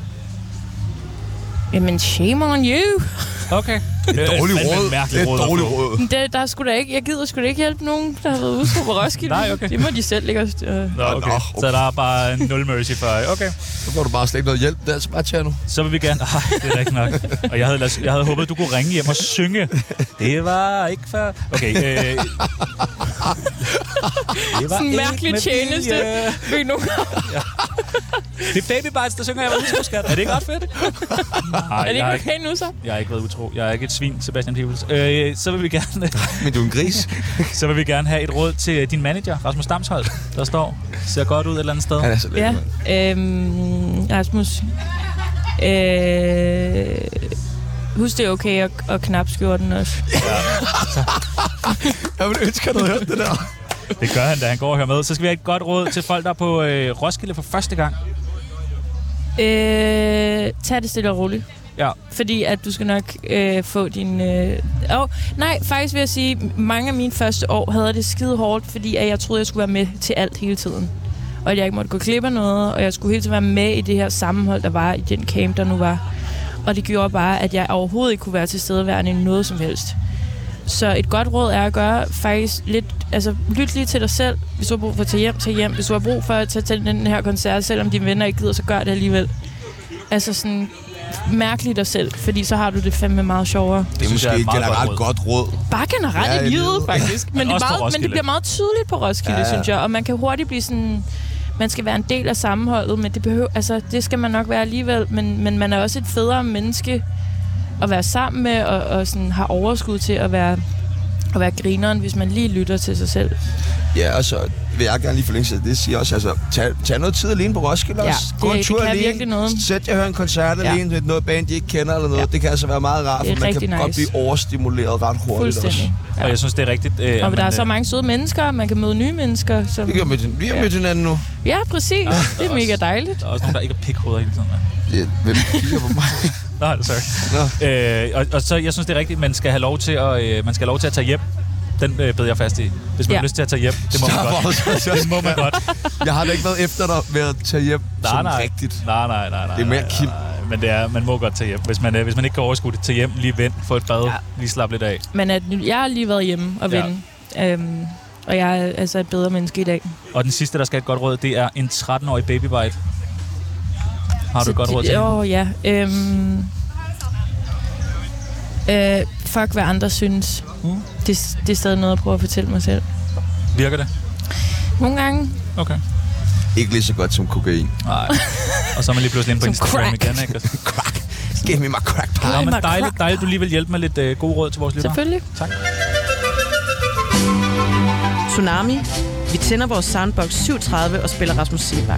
Jamen, shame on you. Okay. Det er et dårligt fandme råd. et mærkeligt Det er et råd at dårligt få. råd. Men Det, der er sgu da ikke, jeg gider sgu da ikke hjælpe nogen, der har været utro på Roskilde. Nej, okay. Det må de selv ligge og... Øh. Nå, okay. Nå, Så der er bare nul mercy for jer. Okay. Så får du bare slet ikke noget hjælp. Det er altså bare tjern nu. Så vil vi gerne... Ej, det er rigtigt nok. Og jeg havde, jeg havde håbet, du kunne ringe hjem og synge. Det var ikke for... Okay. Øh... Det var Sådan en ikke mærkelig med tjeneste. vilje. Ved nogen. Det er Baby Bites, der synger, jeg var utro, skat. Er det ikke ret fedt? Nej, Er det jeg har ikke ikke, okay nu så? jeg har ikke været utro. Jeg er ikke et svin, Sebastian Pibels. Øh, så vil vi gerne... Men du er en gris. Så vil vi gerne have et råd til din manager, Rasmus Damsholdt, der står, ser godt ud et eller andet sted. Han er så lækker, Ja, mand. øhm, Rasmus. Øh, husk, det er okay at, at knap skjorten også. Jeg ville ønske, at du havde hørt det der. Det gør han, da han går og hører med. Så skal vi have et godt råd til folk, der er på øh, Roskilde for første gang. Øh, tag det stille og roligt. Ja. Fordi at du skal nok øh, få din... Øh... Oh, nej, faktisk vil jeg sige, mange af mine første år havde det skide hårdt, fordi at jeg troede, jeg skulle være med til alt hele tiden. Og at jeg ikke måtte gå glip af noget, og jeg skulle hele tiden være med i det her sammenhold, der var i den camp, der nu var. Og det gjorde bare, at jeg overhovedet ikke kunne være til stedeværende i noget som helst. Så et godt råd er at gøre faktisk lidt... Altså, lyt lige til dig selv. Hvis du har brug for at tage hjem, tage hjem. Hvis du har brug for at tage til den her koncert, selvom dine venner ikke gider, så gør det alligevel. Altså sådan... mærkeligt dig selv, fordi så har du det fandme meget sjovere. Det er måske et generelt godt, godt råd. Bare generelt ja, i livet, faktisk. Men, men, det også meget, men det bliver meget tydeligt på Roskilde, ja, ja. synes jeg. Og man kan hurtigt blive sådan... Man skal være en del af sammenholdet, men det behøver, altså, det skal man nok være alligevel. Men, men man er også et federe menneske at være sammen med, og, og sådan har overskud til at være, at være grineren, hvis man lige lytter til sig selv. Ja, og så vil jeg gerne lige forlænge sig. Det siger også, altså, tag, tag noget tid alene på Roskilde ja, også. Gå en tur det kan alene. virkelig noget. Sæt jer og hør en koncert ja. alene med noget band, de ikke kender eller noget. Ja. Det kan altså være meget rart, for man kan nice. godt blive overstimuleret ret hurtigt også. Ja. Og jeg synes, det er rigtigt. Øh, og men, der er øh, så mange søde mennesker, man kan møde nye mennesker. Som... Vi kan møde, vi har mødt hinanden nu. Ja, præcis. Ja, det er også, mega dejligt. Der er også nogen, der ikke er pikhoveder hele tiden. Ja, hvem kigger på mig? Nej, sorry. Øh, og, og så, jeg synes, det er rigtigt, man skal have lov til at, øh, man skal have lov til at tage hjem. Den øh, bed jeg fast i. Hvis man ja. har lyst til at tage hjem, det må man godt. Det må man godt. Jeg har da ikke været efter dig ved at tage hjem nej, som nej. rigtigt. Nej, nej, nej, nej. Det er mere Kim. Men det er, man må godt tage hjem. Hvis man, øh, hvis man ikke kan overskue det, tage hjem, lige vend, få et bad, ja. lige slappe lidt af. Men at, jeg har lige været hjemme og vende. Ja. Øhm, og jeg er altså et bedre menneske i dag. Og den sidste, der skal have et godt råd, det er en tretten-årig babybite. Har du så et godt råd til Åh, oh, ja. Øhm, øh, fuck, hvad andre synes. Mm. Det, det er stadig noget at prøve at fortælle mig selv. Virker det? Nogle gange. Okay. Ikke lige så godt som kokain. Nej. Og så er man lige pludselig inde på Instagram igen, ikke? Crack. Give me my crack pie. Ja, men dejligt, dejligt, du lige vil hjælpe med lidt øh, gode råd til vores lyttere. Selvfølgelig. Tak. Tsunami. Vi tænder vores soundbox syv tredive og spiller Rasmus Seebach.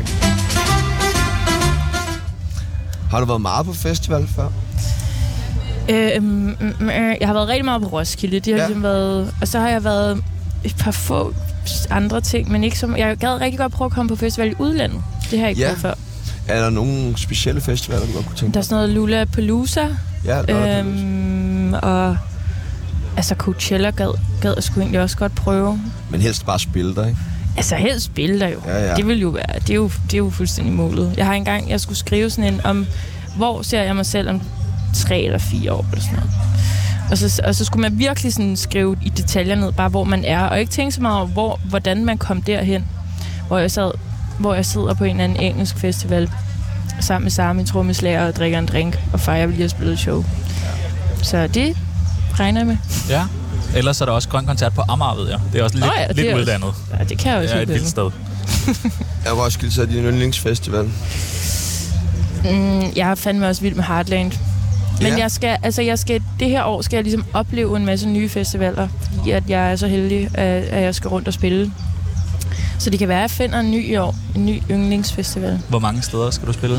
Har du været meget på festival før? Øhm, øh, jeg har været rigtig meget på Roskilde. Det har ja. ligesom været, og så har jeg været et par få andre ting, men ikke som... Jeg gad rigtig godt prøve at komme på festival i udlandet. Det har jeg ikke ja. prøvet før. Er der nogle specielle festivaler, du godt kunne tænke? Der er sådan noget Lollapalooza. Ja, Lollapalooza. Øhm, og altså Coachella gad, gad jeg sgu egentlig også godt prøve. Men helst bare spille der, ikke? Altså helst spille der jo. Ja, ja. Det vil jo være... Det er jo, det er jo fuldstændig målet. Jeg har engang... Jeg skulle skrive sådan en om... Hvor ser jeg mig selv om tre eller fire år eller sådan noget. Og så, og så skulle man virkelig sådan skrive i detaljer ned, bare hvor man er, og ikke tænke så meget over, hvor, hvordan man kom derhen. Hvor jeg, sad, hvor jeg sidder på en eller anden engelsk festival, sammen med Sami, trommeslager, og drikker en drink, og fejrer, vi lige har spillet et show. Så det regner jeg med. Ja, ellers er der også grøn koncert på Amager, ved jeg. Det er også lidt, oh ja, lidt udlandet. Ja, det kan jeg også. Det er et vildt sted. Jeg var også skildt din yndlingsfestival. Mm, jeg er fandme også vild med Heartland. Men ja. jeg skal, altså jeg skal, det her år skal jeg ligesom opleve en masse nye festivaler, fordi at jeg er så heldig, at jeg skal rundt og spille. Så det kan være, at jeg finder en ny i år, en ny yndlingsfestival. Hvor mange steder skal du spille?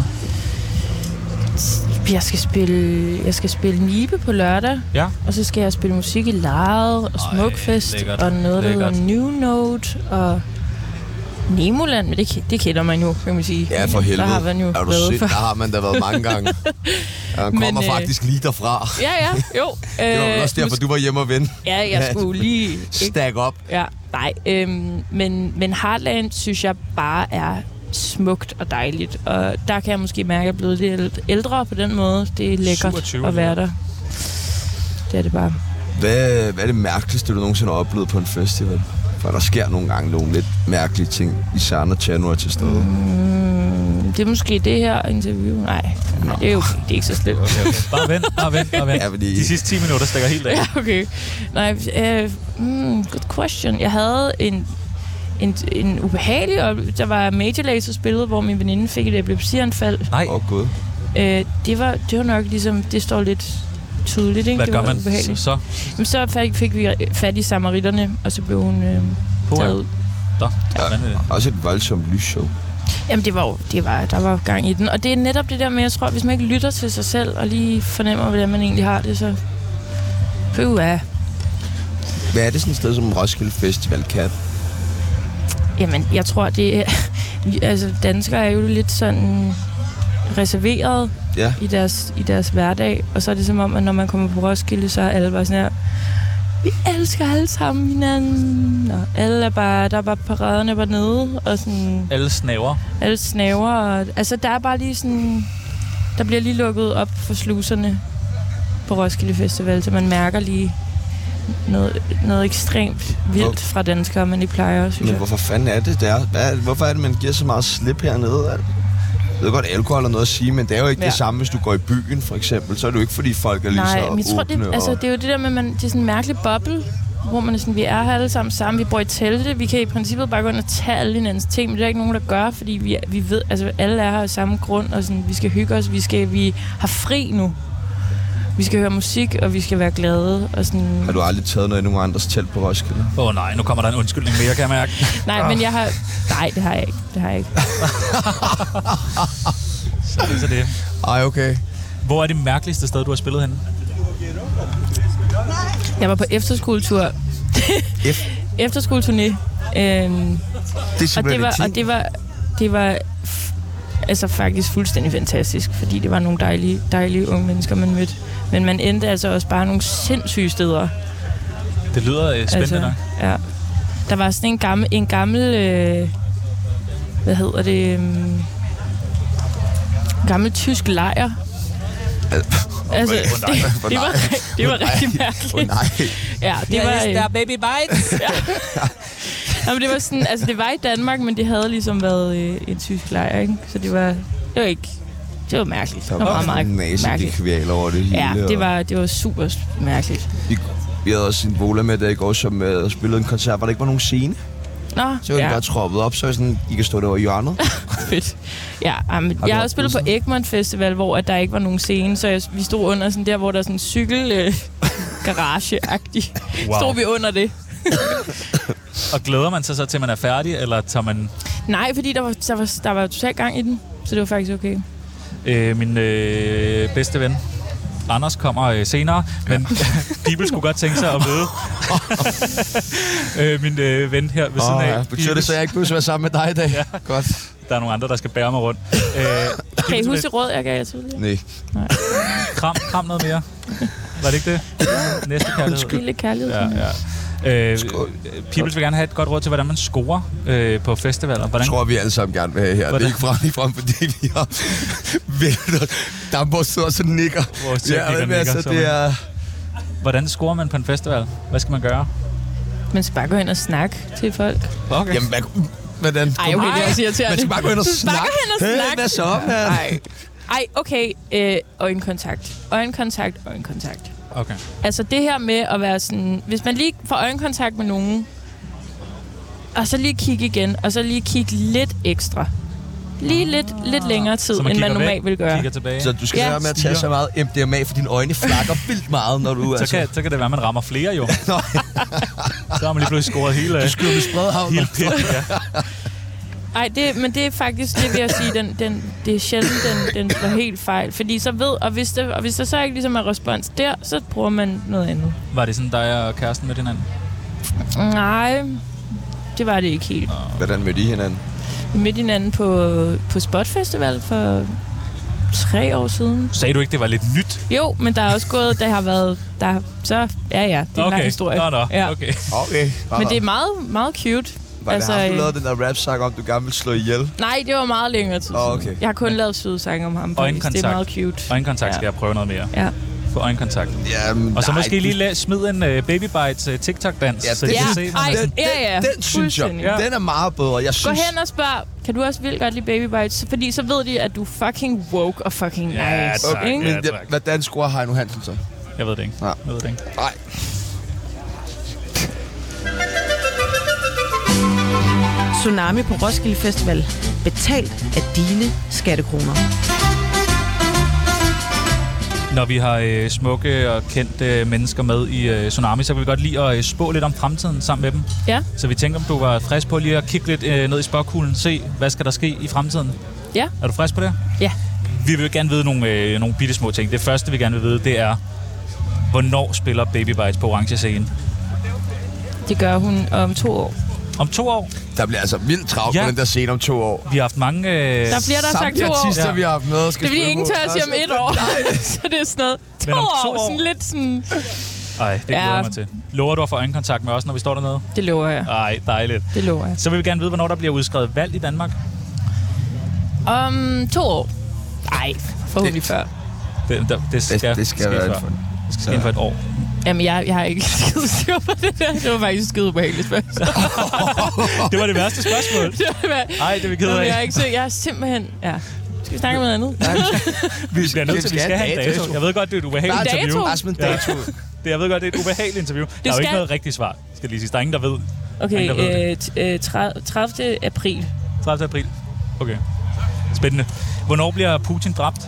Jeg skal spille, jeg skal spille Nibe på lørdag, ja. Og så skal jeg spille musik i Lejet og Smukfest, lækkert, og noget, der lækkert. hedder New Note, og Nemoland, men det, det kender man jo, kan man sige. Ja, for helvede. Der har man jo er du været sind? for. Der har man da været mange gange. Han kommer men, faktisk lige derfra. Ja, ja, jo. Det var også derfor, du var hjemme og vende. Ja, jeg skulle lige... Stack op. Ja, nej. Øhm, men, men Heartland synes jeg bare er smukt og dejligt. Og der kan jeg måske mærke, at jeg er blevet lidt ældre på den måde. Det er lækkert syvogtyve at være der. Det er det bare. Hvad, hvad er det mærkeligste, du nogensinde har oplevet på en festival? For der sker nogle gange nogle lidt mærkelige ting, især når Chano er til stede. Mm, det er måske det her interview. Nej, nej det er jo okay. Det er ikke så slemt. Okay, okay. Bare vent, bare vent, bare vent. Ja, fordi... De sidste ti minutter stikker helt af. Ja, okay. Nej, uh, mm, good question. Jeg havde en, en, en ubehagelig, og der var Major Lazer spillet, hvor min veninde fik et epilepsianfald. Nej. Åh, oh, gud. Uh, det, var, det var nok ligesom, det står lidt tydeligt, ikke? Hvad det gør var man ubehageligt. så? Jamen, så fik, fik vi fat i samaritterne, og så blev hun øh, taget ud. Da, ja, også et voldsomt lysshow. Jamen, det var jo, det var, der var gang i den. Og det er netop det der med, jeg tror, hvis man ikke lytter til sig selv, og lige fornemmer, hvordan man egentlig har det, så... Puh, ja. Hvad er det sådan et sted som Roskilde Festival kan? Jamen, jeg tror, det er... Altså, danskere er jo lidt sådan reserveret ja. i, deres, i deres hverdag. Og så er det som om, at når man kommer på Roskilde, så er alle bare sådan her... Vi elsker alle sammen hinanden. Og alle er bare... Der er bare paraderne bare nede, og sådan... Alle snaver. Alle snaver. Og, altså, der er bare lige sådan... Der bliver lige lukket op for sluserne på Roskilde Festival, så man mærker lige noget, noget ekstremt vildt fra danskere, men de plejer, synes Men jeg. hvorfor fanden er det der? Hvad, hvorfor er det, man giver så meget slip hernede? Jeg ved godt, alkohol er noget at sige, men det er jo ikke Ja. det samme, hvis du går i byen, for eksempel. Så er det jo ikke, fordi folk er lige Nej, så men jeg tror, åbne. det, altså, og... det er jo det der med, man, det er sådan en mærkelig boble, hvor man er sådan, vi er her alle sammen sammen, vi bor i telte, vi kan i princippet bare gå ind og tage alle hinandens ting, men det er ikke nogen, der gør, fordi vi, vi ved, altså alle er her af samme grund, og sådan, vi skal hygge os, vi, skal, vi har fri nu. Vi skal høre musik, og vi skal være glade. Og sådan... Har du aldrig taget noget i nogen andres telt på Roskilde? Åh oh, nej, nu kommer der en undskyldning mere, kan jeg mærke. Nej, men jeg har... Nej, det har jeg ikke. Det har jeg ikke. Så det er så det. Ej, okay. Hvor er det mærkeligste sted, du har spillet henne? Jeg var på efterskoletur. F? Efterskoleturné. Øhm, Det er og det var, ting. og det var, det var f- altså faktisk fuldstændig fantastisk, fordi det var nogle dejlige, dejlige unge mennesker, man mødte. Men man endte altså også bare nogle sindssyge steder. Det lyder øh, spændende altså, nok. Ja. Der var sådan en gammel, en gammel øh, hvad hedder det, øh, gammel tysk lejr. Altså, det, Hvor det, var, nej. det var Hvor rigtig nej. mærkeligt. Hvor nej. Ja, det var, øh, baby bites. ja. Jamen, det var sådan, altså det var i Danmark, men det havde ligesom været øh, en tysk lejr, ikke? Så det var, det var ikke, det var mærkeligt. Det var meget, meget mærkeligt. nazi-likvial over det hele. Ja, det og var, det var super mærkeligt. Vi, vi havde også en vola med der i går, som uh, spillede en koncert, hvor der ikke var nogen scene. Nå, Så var de ja, bare troppet op, så er sådan, I kan stå der over i hjørnet. fedt. Ja, jamen, du jeg har oplevet spillet på sådan? Egmont Festival, hvor at der ikke var nogen scene, så jeg, vi stod under sådan der, hvor der er sådan en cykel øh, garage-agtig. Wow. Stod vi under det. Og glæder man sig så til, man er færdig, eller tager man... Nej, fordi der var, der var, der var totalt gang i den, så det var faktisk okay. Øh, min øh, bedste ven, Anders, kommer øh, senere, men Bibel skulle godt tænke sig at møde øh, min øh, ven her ved siden Åh, af. ja. Betyder det så, at jeg ikke behøver at være sammen med dig i dag? Ja. Godt. Der er nogle andre, der skal bære mig rundt. Øh, Kan I huske det råd, jeg gav jer tidligere? Nej. Kram, kram noget mere. Var det ikke det? Næste kærlighed. Lille kærlighed. Ja, ja. Øh, People vil gerne have et godt råd til, hvordan man scorer øh, på festivaler. Hvordan... Jeg tror, vi alle sammen gerne vil have her. Hvordan? Det er ikke frem, lige frem, fordi vi har væltet. Dambo sidder og så nikker. Vores tekniker men nikker, altså, så det man- er... Hvordan scorer man på en festival? Hvad skal man gøre? Man skal bare gå hen og snakke til folk. Okay. Jamen, hvad... Hvordan? Ej, okay, det er også irriterende. Man skal bare gå hen og Du skal bare snakke. gå hen og Hey, snakke. hvad så, mand? Ej. Ej, okay. Øh, øjenkontakt. Øjenkontakt, øjenkontakt. Okay. Altså det her med at være sådan... Hvis man lige får øjenkontakt med nogen, og så lige kigge igen, og så lige kigge lidt ekstra. Lige lidt, lidt længere tid, Så man end man kigger normalt væk, vil gøre. Kigger tilbage. Så du skal Ja. ja. med at tage så meget M D M A, for dine øjne flakker vildt meget, når du... Så kan, så kan det være, at man rammer flere jo. Så har man lige pludselig scoret hele... Du skyder med spredhavn. hele pitten, ja. Ej, det, men det er faktisk, det vil jeg sige, den, den, det er sjældent, den, den slår helt fejl. Fordi så ved, og hvis, det, og hvis der så ikke ligesom er respons der, så bruger man noget andet. Var det sådan dig og kæresten med hinanden? Nej, det var det ikke helt. Hvordan mødte I hinanden? Vi mødte hinanden på, på Spot Festival for tre år siden. Sagde du ikke, det var lidt nyt? Jo, men der er også gået, der har været, der, så, ja ja, det er en Okay. lang historie. Nå, nå. Ja. Okay. Okay. Men det er meget, meget cute. Var det altså, ham, du øh, lavede den der rap-sang om, du gerne ville slå ihjel? Nej, det var meget længere tid siden. Åh, okay. Jeg har kun lavet søde sange om ham. faktisk. Øjenkontakt. Det er meget cute. Øjenkontakt skal Ja. jeg prøve noget mere. Ja. Få øjenkontakt. Jamen, Og så nej, måske lige du- la- smide en uh, Baby Bites uh, TikTok-dans, Ja, så det- de kan Ja, se, ej, hvordan Den, ja, ja. den, den synes jeg, Fuldstændig. den er meget bedre. Jeg Gå synes, hen og spørg, kan du også vildt godt lide Baby Bites? Fordi så ved de, at du er fucking woke og fucking Ja, nice. tak. ikke? men Ja, jeg, tak. hvordan scorer Heino Hansen så? Jeg ved det ikke. Nej. Jeg ved det ikke. Nej. Tsunami på Roskilde Festival. Betalt af dine skattekroner. Når vi har øh, smukke og kendte øh, mennesker med i øh, Tsunami, så kan vi godt lide at øh, spå lidt om fremtiden sammen med dem. Ja. Så vi tænker, om du var frisk på lige at kigge lidt øh, ned i spåkuglen, se, hvad skal der ske i fremtiden. Ja. Er du frisk på det? Ja. Vi vil gerne vide nogle, øh, nogle bitte små ting. Det første, vi gerne vil vide, det er, hvornår spiller Baby Bites på orange scene? Det gør hun om to år. Om to år. Der bliver altså vildt travlt Ja. på den der scene om to år. Vi har haft mange... Øh, Der er flere, der har sagt Samtlige to år. artister, Ja. vi har haft med, skal Det er fordi spille ingen på. tør at sige om Altså, et år. Så det er sådan noget. To, Men om to år, år? sådan lidt sådan... Ej, det glæder Ja. jeg mig til. Lover du at få øjenkontakt med os, når vi står dernede? Det lover jeg. Ej, dejligt. Det lover jeg. Så vil vi gerne vide, hvornår der bliver udskrevet valg i Danmark. Om to år. Nej, forhåbentlig før. Det, det, det skal, Det, det skal ske være før. for. Det skal ske inden for et år. Jamen, jeg, jeg har ikke skide styr på det der. Det var faktisk skide ubehageligt spørgsmål. Det var det værste spørgsmål. Det var- Ej, det er vi ked Jamen, jeg, er af. ikke så, jeg er simpelthen... Ja. Skal vi snakke om noget andet? Vi skal nødt til, vi skal have en dato. Jeg ved godt, det er et ubehageligt En interview. dato? Bare som en dato. Det, jeg ved godt, det er et ubehageligt interview. Der er jo ikke noget rigtigt svar, skal lige sige. Der er ingen, der ved. Okay, ingen, der ved øh, t- øh, tredivte april. tredivte april. Okay. Spændende. Hvornår bliver Putin dræbt?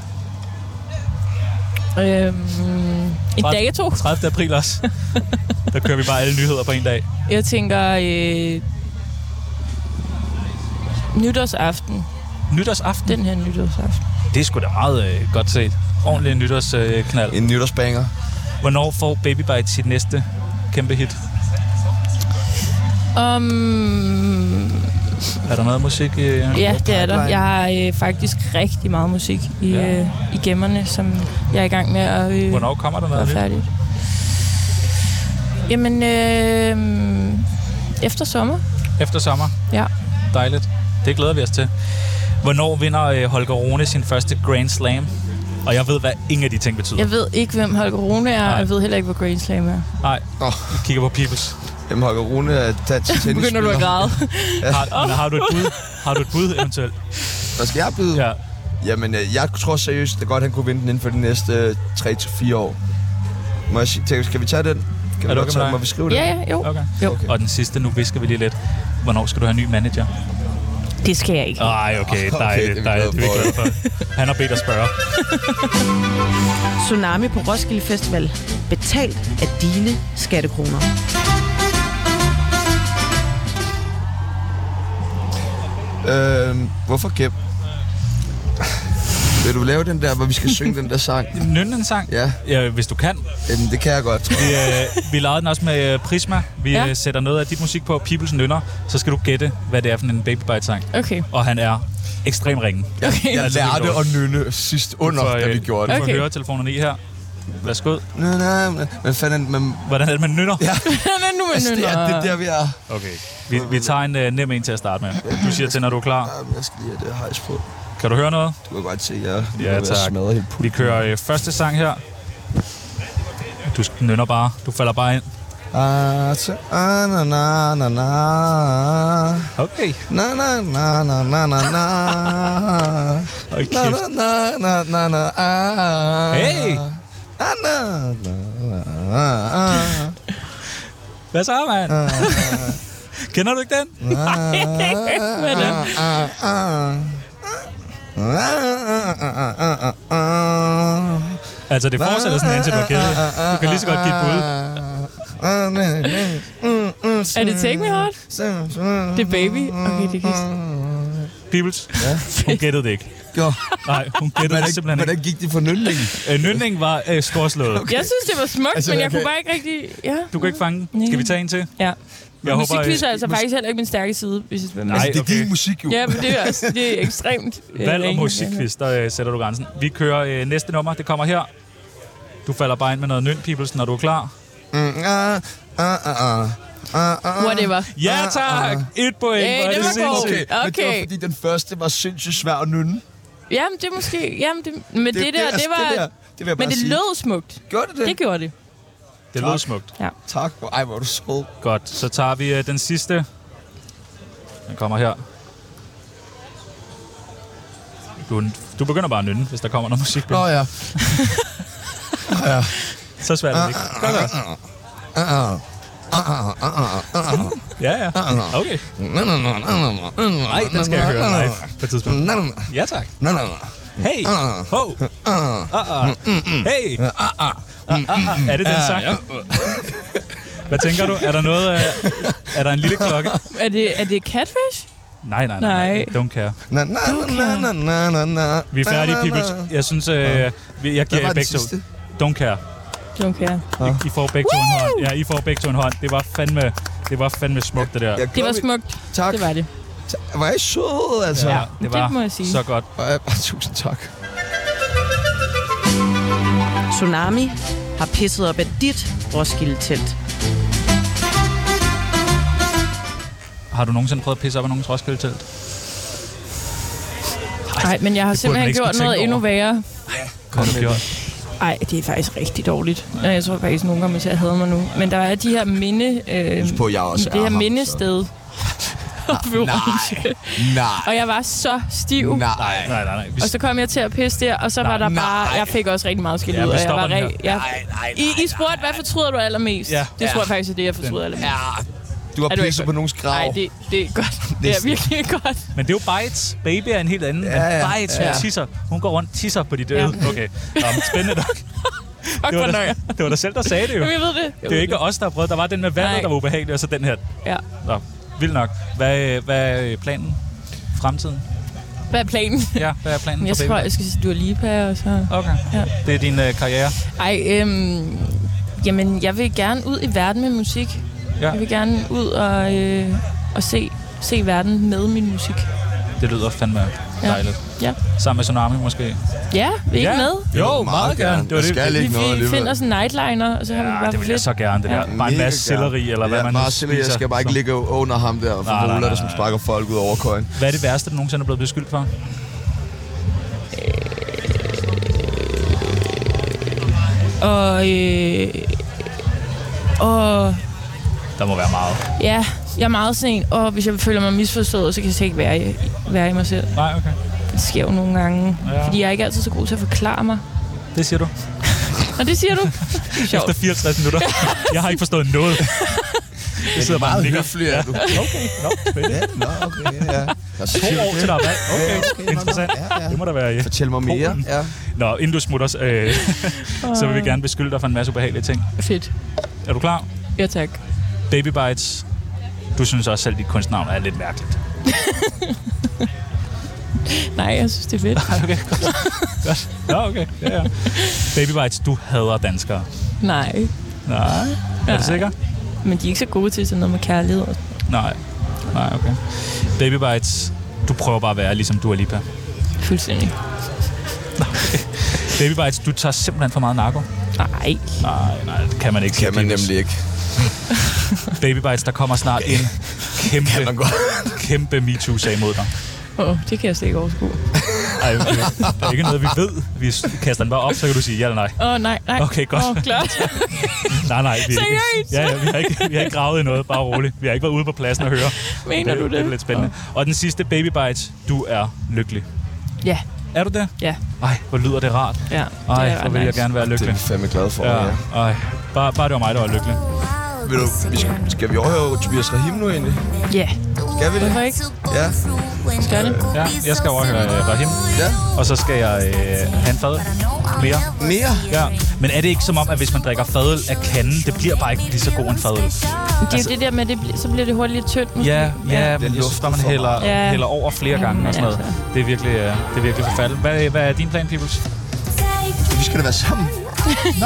Øhm, en dato? tredivte april også. Der kører vi bare alle nyheder på en dag. Jeg tænker... Øh, nytårsaften. Nytårsaften? Den her nytårsaften. Det er sgu da meget øh, godt set. Ordentlig nytårsknald. En nytårsbanger. Hvornår får Baby Bite sit næste kæmpe hit? Um, Er der noget musik? Øh? ja, det er der. Jeg har øh, faktisk rigtig meget musik i, Ja. øh, i gemmerne, som jeg er i gang med at øh, Hvornår kommer der gøre noget nyt? færdigt. Jamen, øh, efter sommer. Efter sommer? Ja. Dejligt. Det glæder vi os til. Hvornår vinder øh, Holger Rune sin første Grand Slam? Og jeg ved, hvad ingen af de ting betyder. Jeg ved ikke, hvem Holger Rune er, Nej. og jeg ved heller ikke, hvad Grand Slam er. Nej, Åh. vi kigger på Peoples. Jamen, Holger Rune er dansk tennisspiller. Begynder du at græde? Har, men har du et bud? Har du et bud eventuelt? Hvad skal jeg byde? Ja. Jamen, øh, jeg tror seriøst, det er godt, han kunne vinde den inden for de næste tre til fire år. Må jeg sige, tænk, skal vi tage den? Kan Er vi du godt okay tage, med må dig? vi skrive det? Ja, ja, jo. Okay. Jo. Okay. Og den sidste, nu visker vi lige lidt. Hvornår skal du have en ny manager? Det skal jeg ikke. Ej, okay, Okay, dejligt, det er vi dejligt. Det er vi glade glade for. Han har bedt at spørge. Tsunami på Roskilde Festival. Betalt af dine skattekroner. Øh, hvorfor gem? Vil du lave den der, hvor vi skal synge den der sang? Nynne en sang? Ja, Ja, hvis du kan. jamen, det kan jeg godt, tror jeg. Vi, øh, vi lavede den også med øh, Prisma. Vi Ja. ja. sætter noget af dit musik på. Peoples nynner. Så skal du gætte, hvad det er for en Baby Bite-sang. Okay. Og han er ekstrem ringen. Okay. Jeg Altså, lærte det er at nynne sidst under, får, da vi øh, gjorde Du det. får Okay. høretelefonerne i her. Værsgo. Nej, nej, men, men fanden, men... Hvordan er det, man nynner? Ja, Men nu er altså, det er det er der, vi er. Okay. Vi, vi tager en uh, nem en til at starte med. Du siger til, når du er klar. Jamen, jeg skal lige have det hejs på. Kan du høre noget? Du kan godt se, at jeg Ja, er tak. smadret helt pult. Vi kører uh, første sang her. Du nynner bare. Du falder bare ind. Ah, ta- ah, na, na, na, na. Okay. Na, na, na, na, na, na, na. Hold Na, kæft. na, na, na, na, ah. Hey! Ah, na, na, na, ah. Hvad så, mand? Ah, Kender du ikke den? Hvad er det? ah, ah. Ah, ah, ah, ah. Altså, det fortsætter sådan, indtil du har gættet. Du kan lige så godt give et bud. Er det Take Me Hard? Det er Baby? Okay, det kan Peoples? Ja. Hun gættede det ikke. Jo. Nej, hun gættede det Hvordan, simpelthen hvordan ikke. gik det for nynningen? Øh, Nynningen var øh, storslået. Jeg synes, det var smukt, Altså, men jeg okay. kunne bare ikke rigtig... Ja. Du kan ikke fange den. Nej. Skal vi tage en til? Ja. Jeg håber, Musikquiz er øh, altså mus- faktisk heller ikke min stærke side, hvis jeg Nej, Altså, det er okay. din musik, jo. Ja, men det er, også, det er ekstremt... øh, Valg og ringe. musikquiz, der øh, sætter du grænsen. Vi kører øh, næste nummer. Det kommer her. Du falder bare ind med noget nyn, Peoples, når du er klar. Mm, ah, ah, ah, ah. Ah, ah. Whatever. Ja, tak! Et point. Hey, Hvor er det var god. sindssygt. Okay, men det var Okay. fordi den første var sindssygt svær at nynne. Jamen, det er måske... Jamen, det, men det, det der, det altså, var... Det, der, det vil jeg bare Men det sige. lød smukt. Gjorde det det? Det gjorde det. Det lød smukt. Tak. Ej, hvor er du sød. Godt, så tager vi øh, den sidste. Den kommer her. Du, du begynder bare at nynne, hvis der kommer noget musik. Nå ja. Nå ja. Så svært er det ikke. Godt, godt. Ah, ah. Ah, ah, ah, ah, ah. Ja, ja. Okay. Na, na, na, na, na, na, na, Nej, den skal jeg høre na, live på et tidspunkt. na, na, na, Ja, tak. na, na, na. Hey. Ah. Ho. Ah. Ah, ah. Hey. Ah, ah. Ah, ah. Er det den sang? Hvad tænker du? Er der noget... øh, Er der en lille klokke? Er det, er det Catfish? Nej, nej, nej. Nej. Don't care. Na, na, na, na, na, na, na. Vi er færdige, Na, na, Peoples. na. Jeg synes, øh, vi- jeg giver Hvad var jer den begge to. sidste? Don't care. Don't care. I, I får begge to en hånd. Ja, I får begge to en hånd. Det var fandme, det var fandme smukt, det der. Jeg Det var gjorde mit- smukt. Tak. Det var det. Hvor er I søde, altså. Ja, det var det må jeg sige. så godt. Hvor er- Tusind tak. Tsunami har pisset op af dit Roskilde-telt. Har du nogensinde prøvet at pisse op af nogens Roskilde-telt? Nej, men jeg har det burde man simpelthen ikke gjort skulle noget tænke endnu over. værre. Hvad har du gjort? Ej, det er faktisk rigtig dårligt. Ja. Jeg tror faktisk, nogen kommer til at hade mig nu. Men der er de her minde... Øh, Husk på, jeg også det er her ham, mindested. Nej, nej, Og jeg var så stiv. nej. Nej, nej, nej. Vi, Og så kom jeg til at pisse der, og så var der Nej. bare... Jeg fik også rigtig meget skidt Ja, ud, vi og jeg stopper var den her. rigtig... Jeg, Nej, nej, I, I spurgte, hvad fortryder du allermest? Ja. Det tror jeg faktisk er det, jeg fortryder allermest. Ja, du har Er du pisset ikke på nogens grav. Nej, det, det er godt. Det er virkelig godt. men det er jo Bites. Baby er en helt anden. Ja, ja. Men Bites, hun Ja. tisser. Hun går rundt tisser på de døde. Ja. Okay. Nå, men spændende nok. Fuck, Det var, hvor dig, nøjer. det var dig selv, der sagde det jo. Jamen, jeg ved det. Jeg Det er ved jo ikke os, der har prøvet. Der var den med vandet, Nej. der var ubehagelig, og så den her. Ja. Nå, vildt nok. Hvad, hvad er planen? Fremtiden? Hvad er planen? Ja, hvad er planen Jeg for tror, Baby? jeg skal sige Dua Lipa, og så... Okay. Ja. Det er din øh, karriere. Ej, øhm... Jamen, jeg vil gerne ud i verden med musik. Ja. Jeg vil gerne ud og, øh, og se, se verden med min musik. Det lyder fandme Ja. dejligt. Ja. Sammen med Tsunami måske. Ja, vil I ikke med? Jo, meget gerne. Det var Der det. skal Vi, ikke noget vi alligevel. finder sådan en nightliner, og så har vi Ja, bare det vil jeg så gerne, det der. Ja. Bare en Mega masse gerne. selleri, eller hvad ja, man nu meget selleri. Jeg spiser. skal bare ikke ligge under ham der, for Nej, nej, Rola, nej, der som nej. sparker folk ud over køjen. Hvad er det værste, du nogensinde er blevet beskyldt for? Og... Øh, og... Der må være meget. Ja, jeg er meget sådan en, og hvis jeg føler mig misforstået, så kan jeg slet ikke være i, være i mig selv. Nej, okay. Det sker jo nogle gange, Ja. fordi jeg er ikke altid så god til at forklare mig. Det siger du. Og det siger du? Det er sjovt. Efter fireogtres minutter. Jeg har ikke forstået noget. Jeg sidder bare og Meget nikker. høflig er du. Okay, nå, spændende. Ja, nå, okay, ja. Der er To år til der er valg. Okay, interessant. Ja, ja. Det må der være i. Fortæl mig mere. Polen. Ja. Nå, inden du smutter, øh, så vil vi gerne beskylde dig for en masse ubehagelige ting. Fedt. Er du klar? Ja, tak. Baby Bites. Du synes også selv, at dit kunstnavn er lidt mærkeligt. Nej, jeg synes, det er fedt. Okay, godt. godt. Nå, okay. Ja, ja. Baby Bites, du hader danskere. Nej, Nej. Er du sikker? men de er ikke så gode til sådan noget med kærlighed. og sådan. Nej. Nej, okay. Baby Bites, du prøver bare at være ligesom Dua Lipa. Fuldstændig. Baby Bites, du tager simpelthen for meget narko. Nej. Nej, nej, det kan man ikke. Kan man Dennis. nemlig ikke. Baby Bites, der kommer snart en kæmpe, Kan man godt. kæmpe MeToo-sag mod dig. Åh, oh, det kan jeg slet ikke overskue. Ej, okay. Det er ikke noget, vi ved. Vi kaster den bare op, så kan du sige ja eller nej. Åh, oh, nej, nej. Okay, godt. Åh, oh, klart. Nej, nej. Vi er ikke, Seriøst? ja, ja, vi har, ikke, vi har ikke gravet i noget. Bare roligt. Vi har ikke været ude på pladsen og høre. Mener det, du det? Det er lidt spændende. Og den sidste, Baby Bites, du er lykkelig. Ja, Er du det? ja, Ej, hvor lyder det rart. ja. Ej, det er hvor ret vil jeg nice. gerne være Det er lykkelig. vi fandme glad for. Ja, Ja. ej. Bare, bare det var mig, der var lykkelig. Vil du, vi skal, skal vi overhøre Tobias Rahim nu egentlig? Ja, Skal vi det? hvorfor ikke? Ja. Skal det? Ja, jeg skal overhøre uh, Rahim. Ja. Og så skal jeg uh, have en fadøl mere. Mere? Ja. Men er det ikke som om, at hvis man drikker fadøl af kanden, det bliver bare ikke lige så god en fadøl? Det er jo det der med, at det bl- så bliver det hurtigt lidt tyndt. måske. Ja, ja, Den men jeg synes luft bare, man for hælder, meget. hælder over flere gange og sådan noget. Altså. Det er virkelig, uh, det er virkelig forfærdeligt. Hvad, hvad er din plan, Peoples? Vi skal da være sammen. Nå!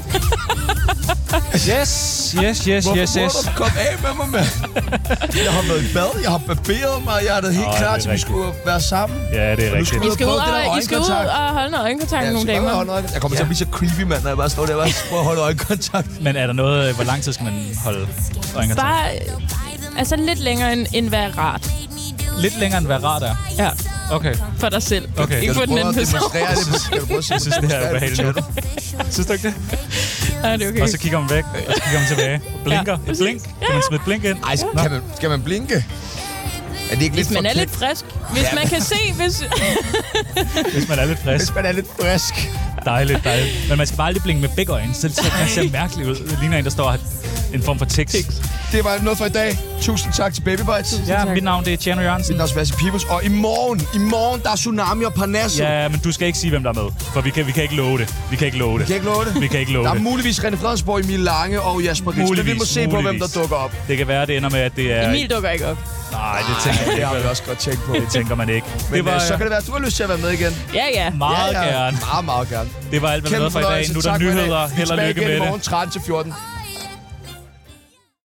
Yes, yes, yes, yes, yes. Hvorfor kom af med mig, mand? Jeg har været i bad, jeg har barberet mig, jeg er da helt Åh, klar det er til, at vi rigtigt. skulle være sammen. Ja, det er Nu rigtigt. skal I skal ud Prøv det der og, I skal ud øjenkontakt. og holde noget øjenkontakt med Ja, nogle så damer. holde øje- Jeg kommer til at blive så creepy, mand, når jeg bare står der og prøver at holde øjenkontakt. Men er der noget, hvor lang tid skal man holde øjenkontakt? Bare, øh, altså lidt længere end, end hvad er rart. Lidt længere end hvad rart er. Ja, Okay. for dig selv. Okay. Ikke Skal for du den prøve anden at person. demonstrere det? Skal du prøve at Jeg synes, det her er ubehageligt nu. Synes du ikke det? Nej, det er okay. Og så kigger man væk, og så kigger man tilbage. Blinker. Ja, Et præcis. blink. Kan man smide et blink ind? Ej, skal man, skal man blinke? Er det ikke Hvis lidt man er for lidt frisk. Hvis man kan se, hvis... Hvis man er lidt frisk. Hvis man er lidt frisk. Dejligt, dejligt. Men man skal bare aldrig blinke med begge øjne, så det ser, man ser mærkeligt ud. Det ligner en, der står og har en form for tics. Det var noget for i dag. Tusind tak til Baby Bites. Ja, mit navn det er Tjerno Jørgensen. Mit navn er Sebastian Peoples. Og i morgen, i morgen, der er Tsunami og Parnasso. Ja, men du skal ikke sige, hvem der er med. For vi kan, vi kan ikke love det. Vi kan ikke love det. Kan jeg ikke love det? Vi kan ikke love Der er det. muligvis René Fredensborg, Emil Lange og Jasper Ritz. Men vi må Muligvis, se på, hvem der muligvis. dukker op. Det kan være, det ender med, at det er... Emil dukker ikke op. Nej, det tænker man Det ikke. har vi vel? også godt tænkt på. Det tænker man ikke. Men Det var, øh, så kan det være, at du har lyst til at være med igen. Ja, ja. meget ja, ja. gerne. Meget, meget gerne. Det var alt, hvad vi Kæmpe havde for i dag. fornøjelse. Nu er der Tak for i dag. nyheder. Vi er Held og tilbage lykke igen med i det. morgen tretten til fjorten.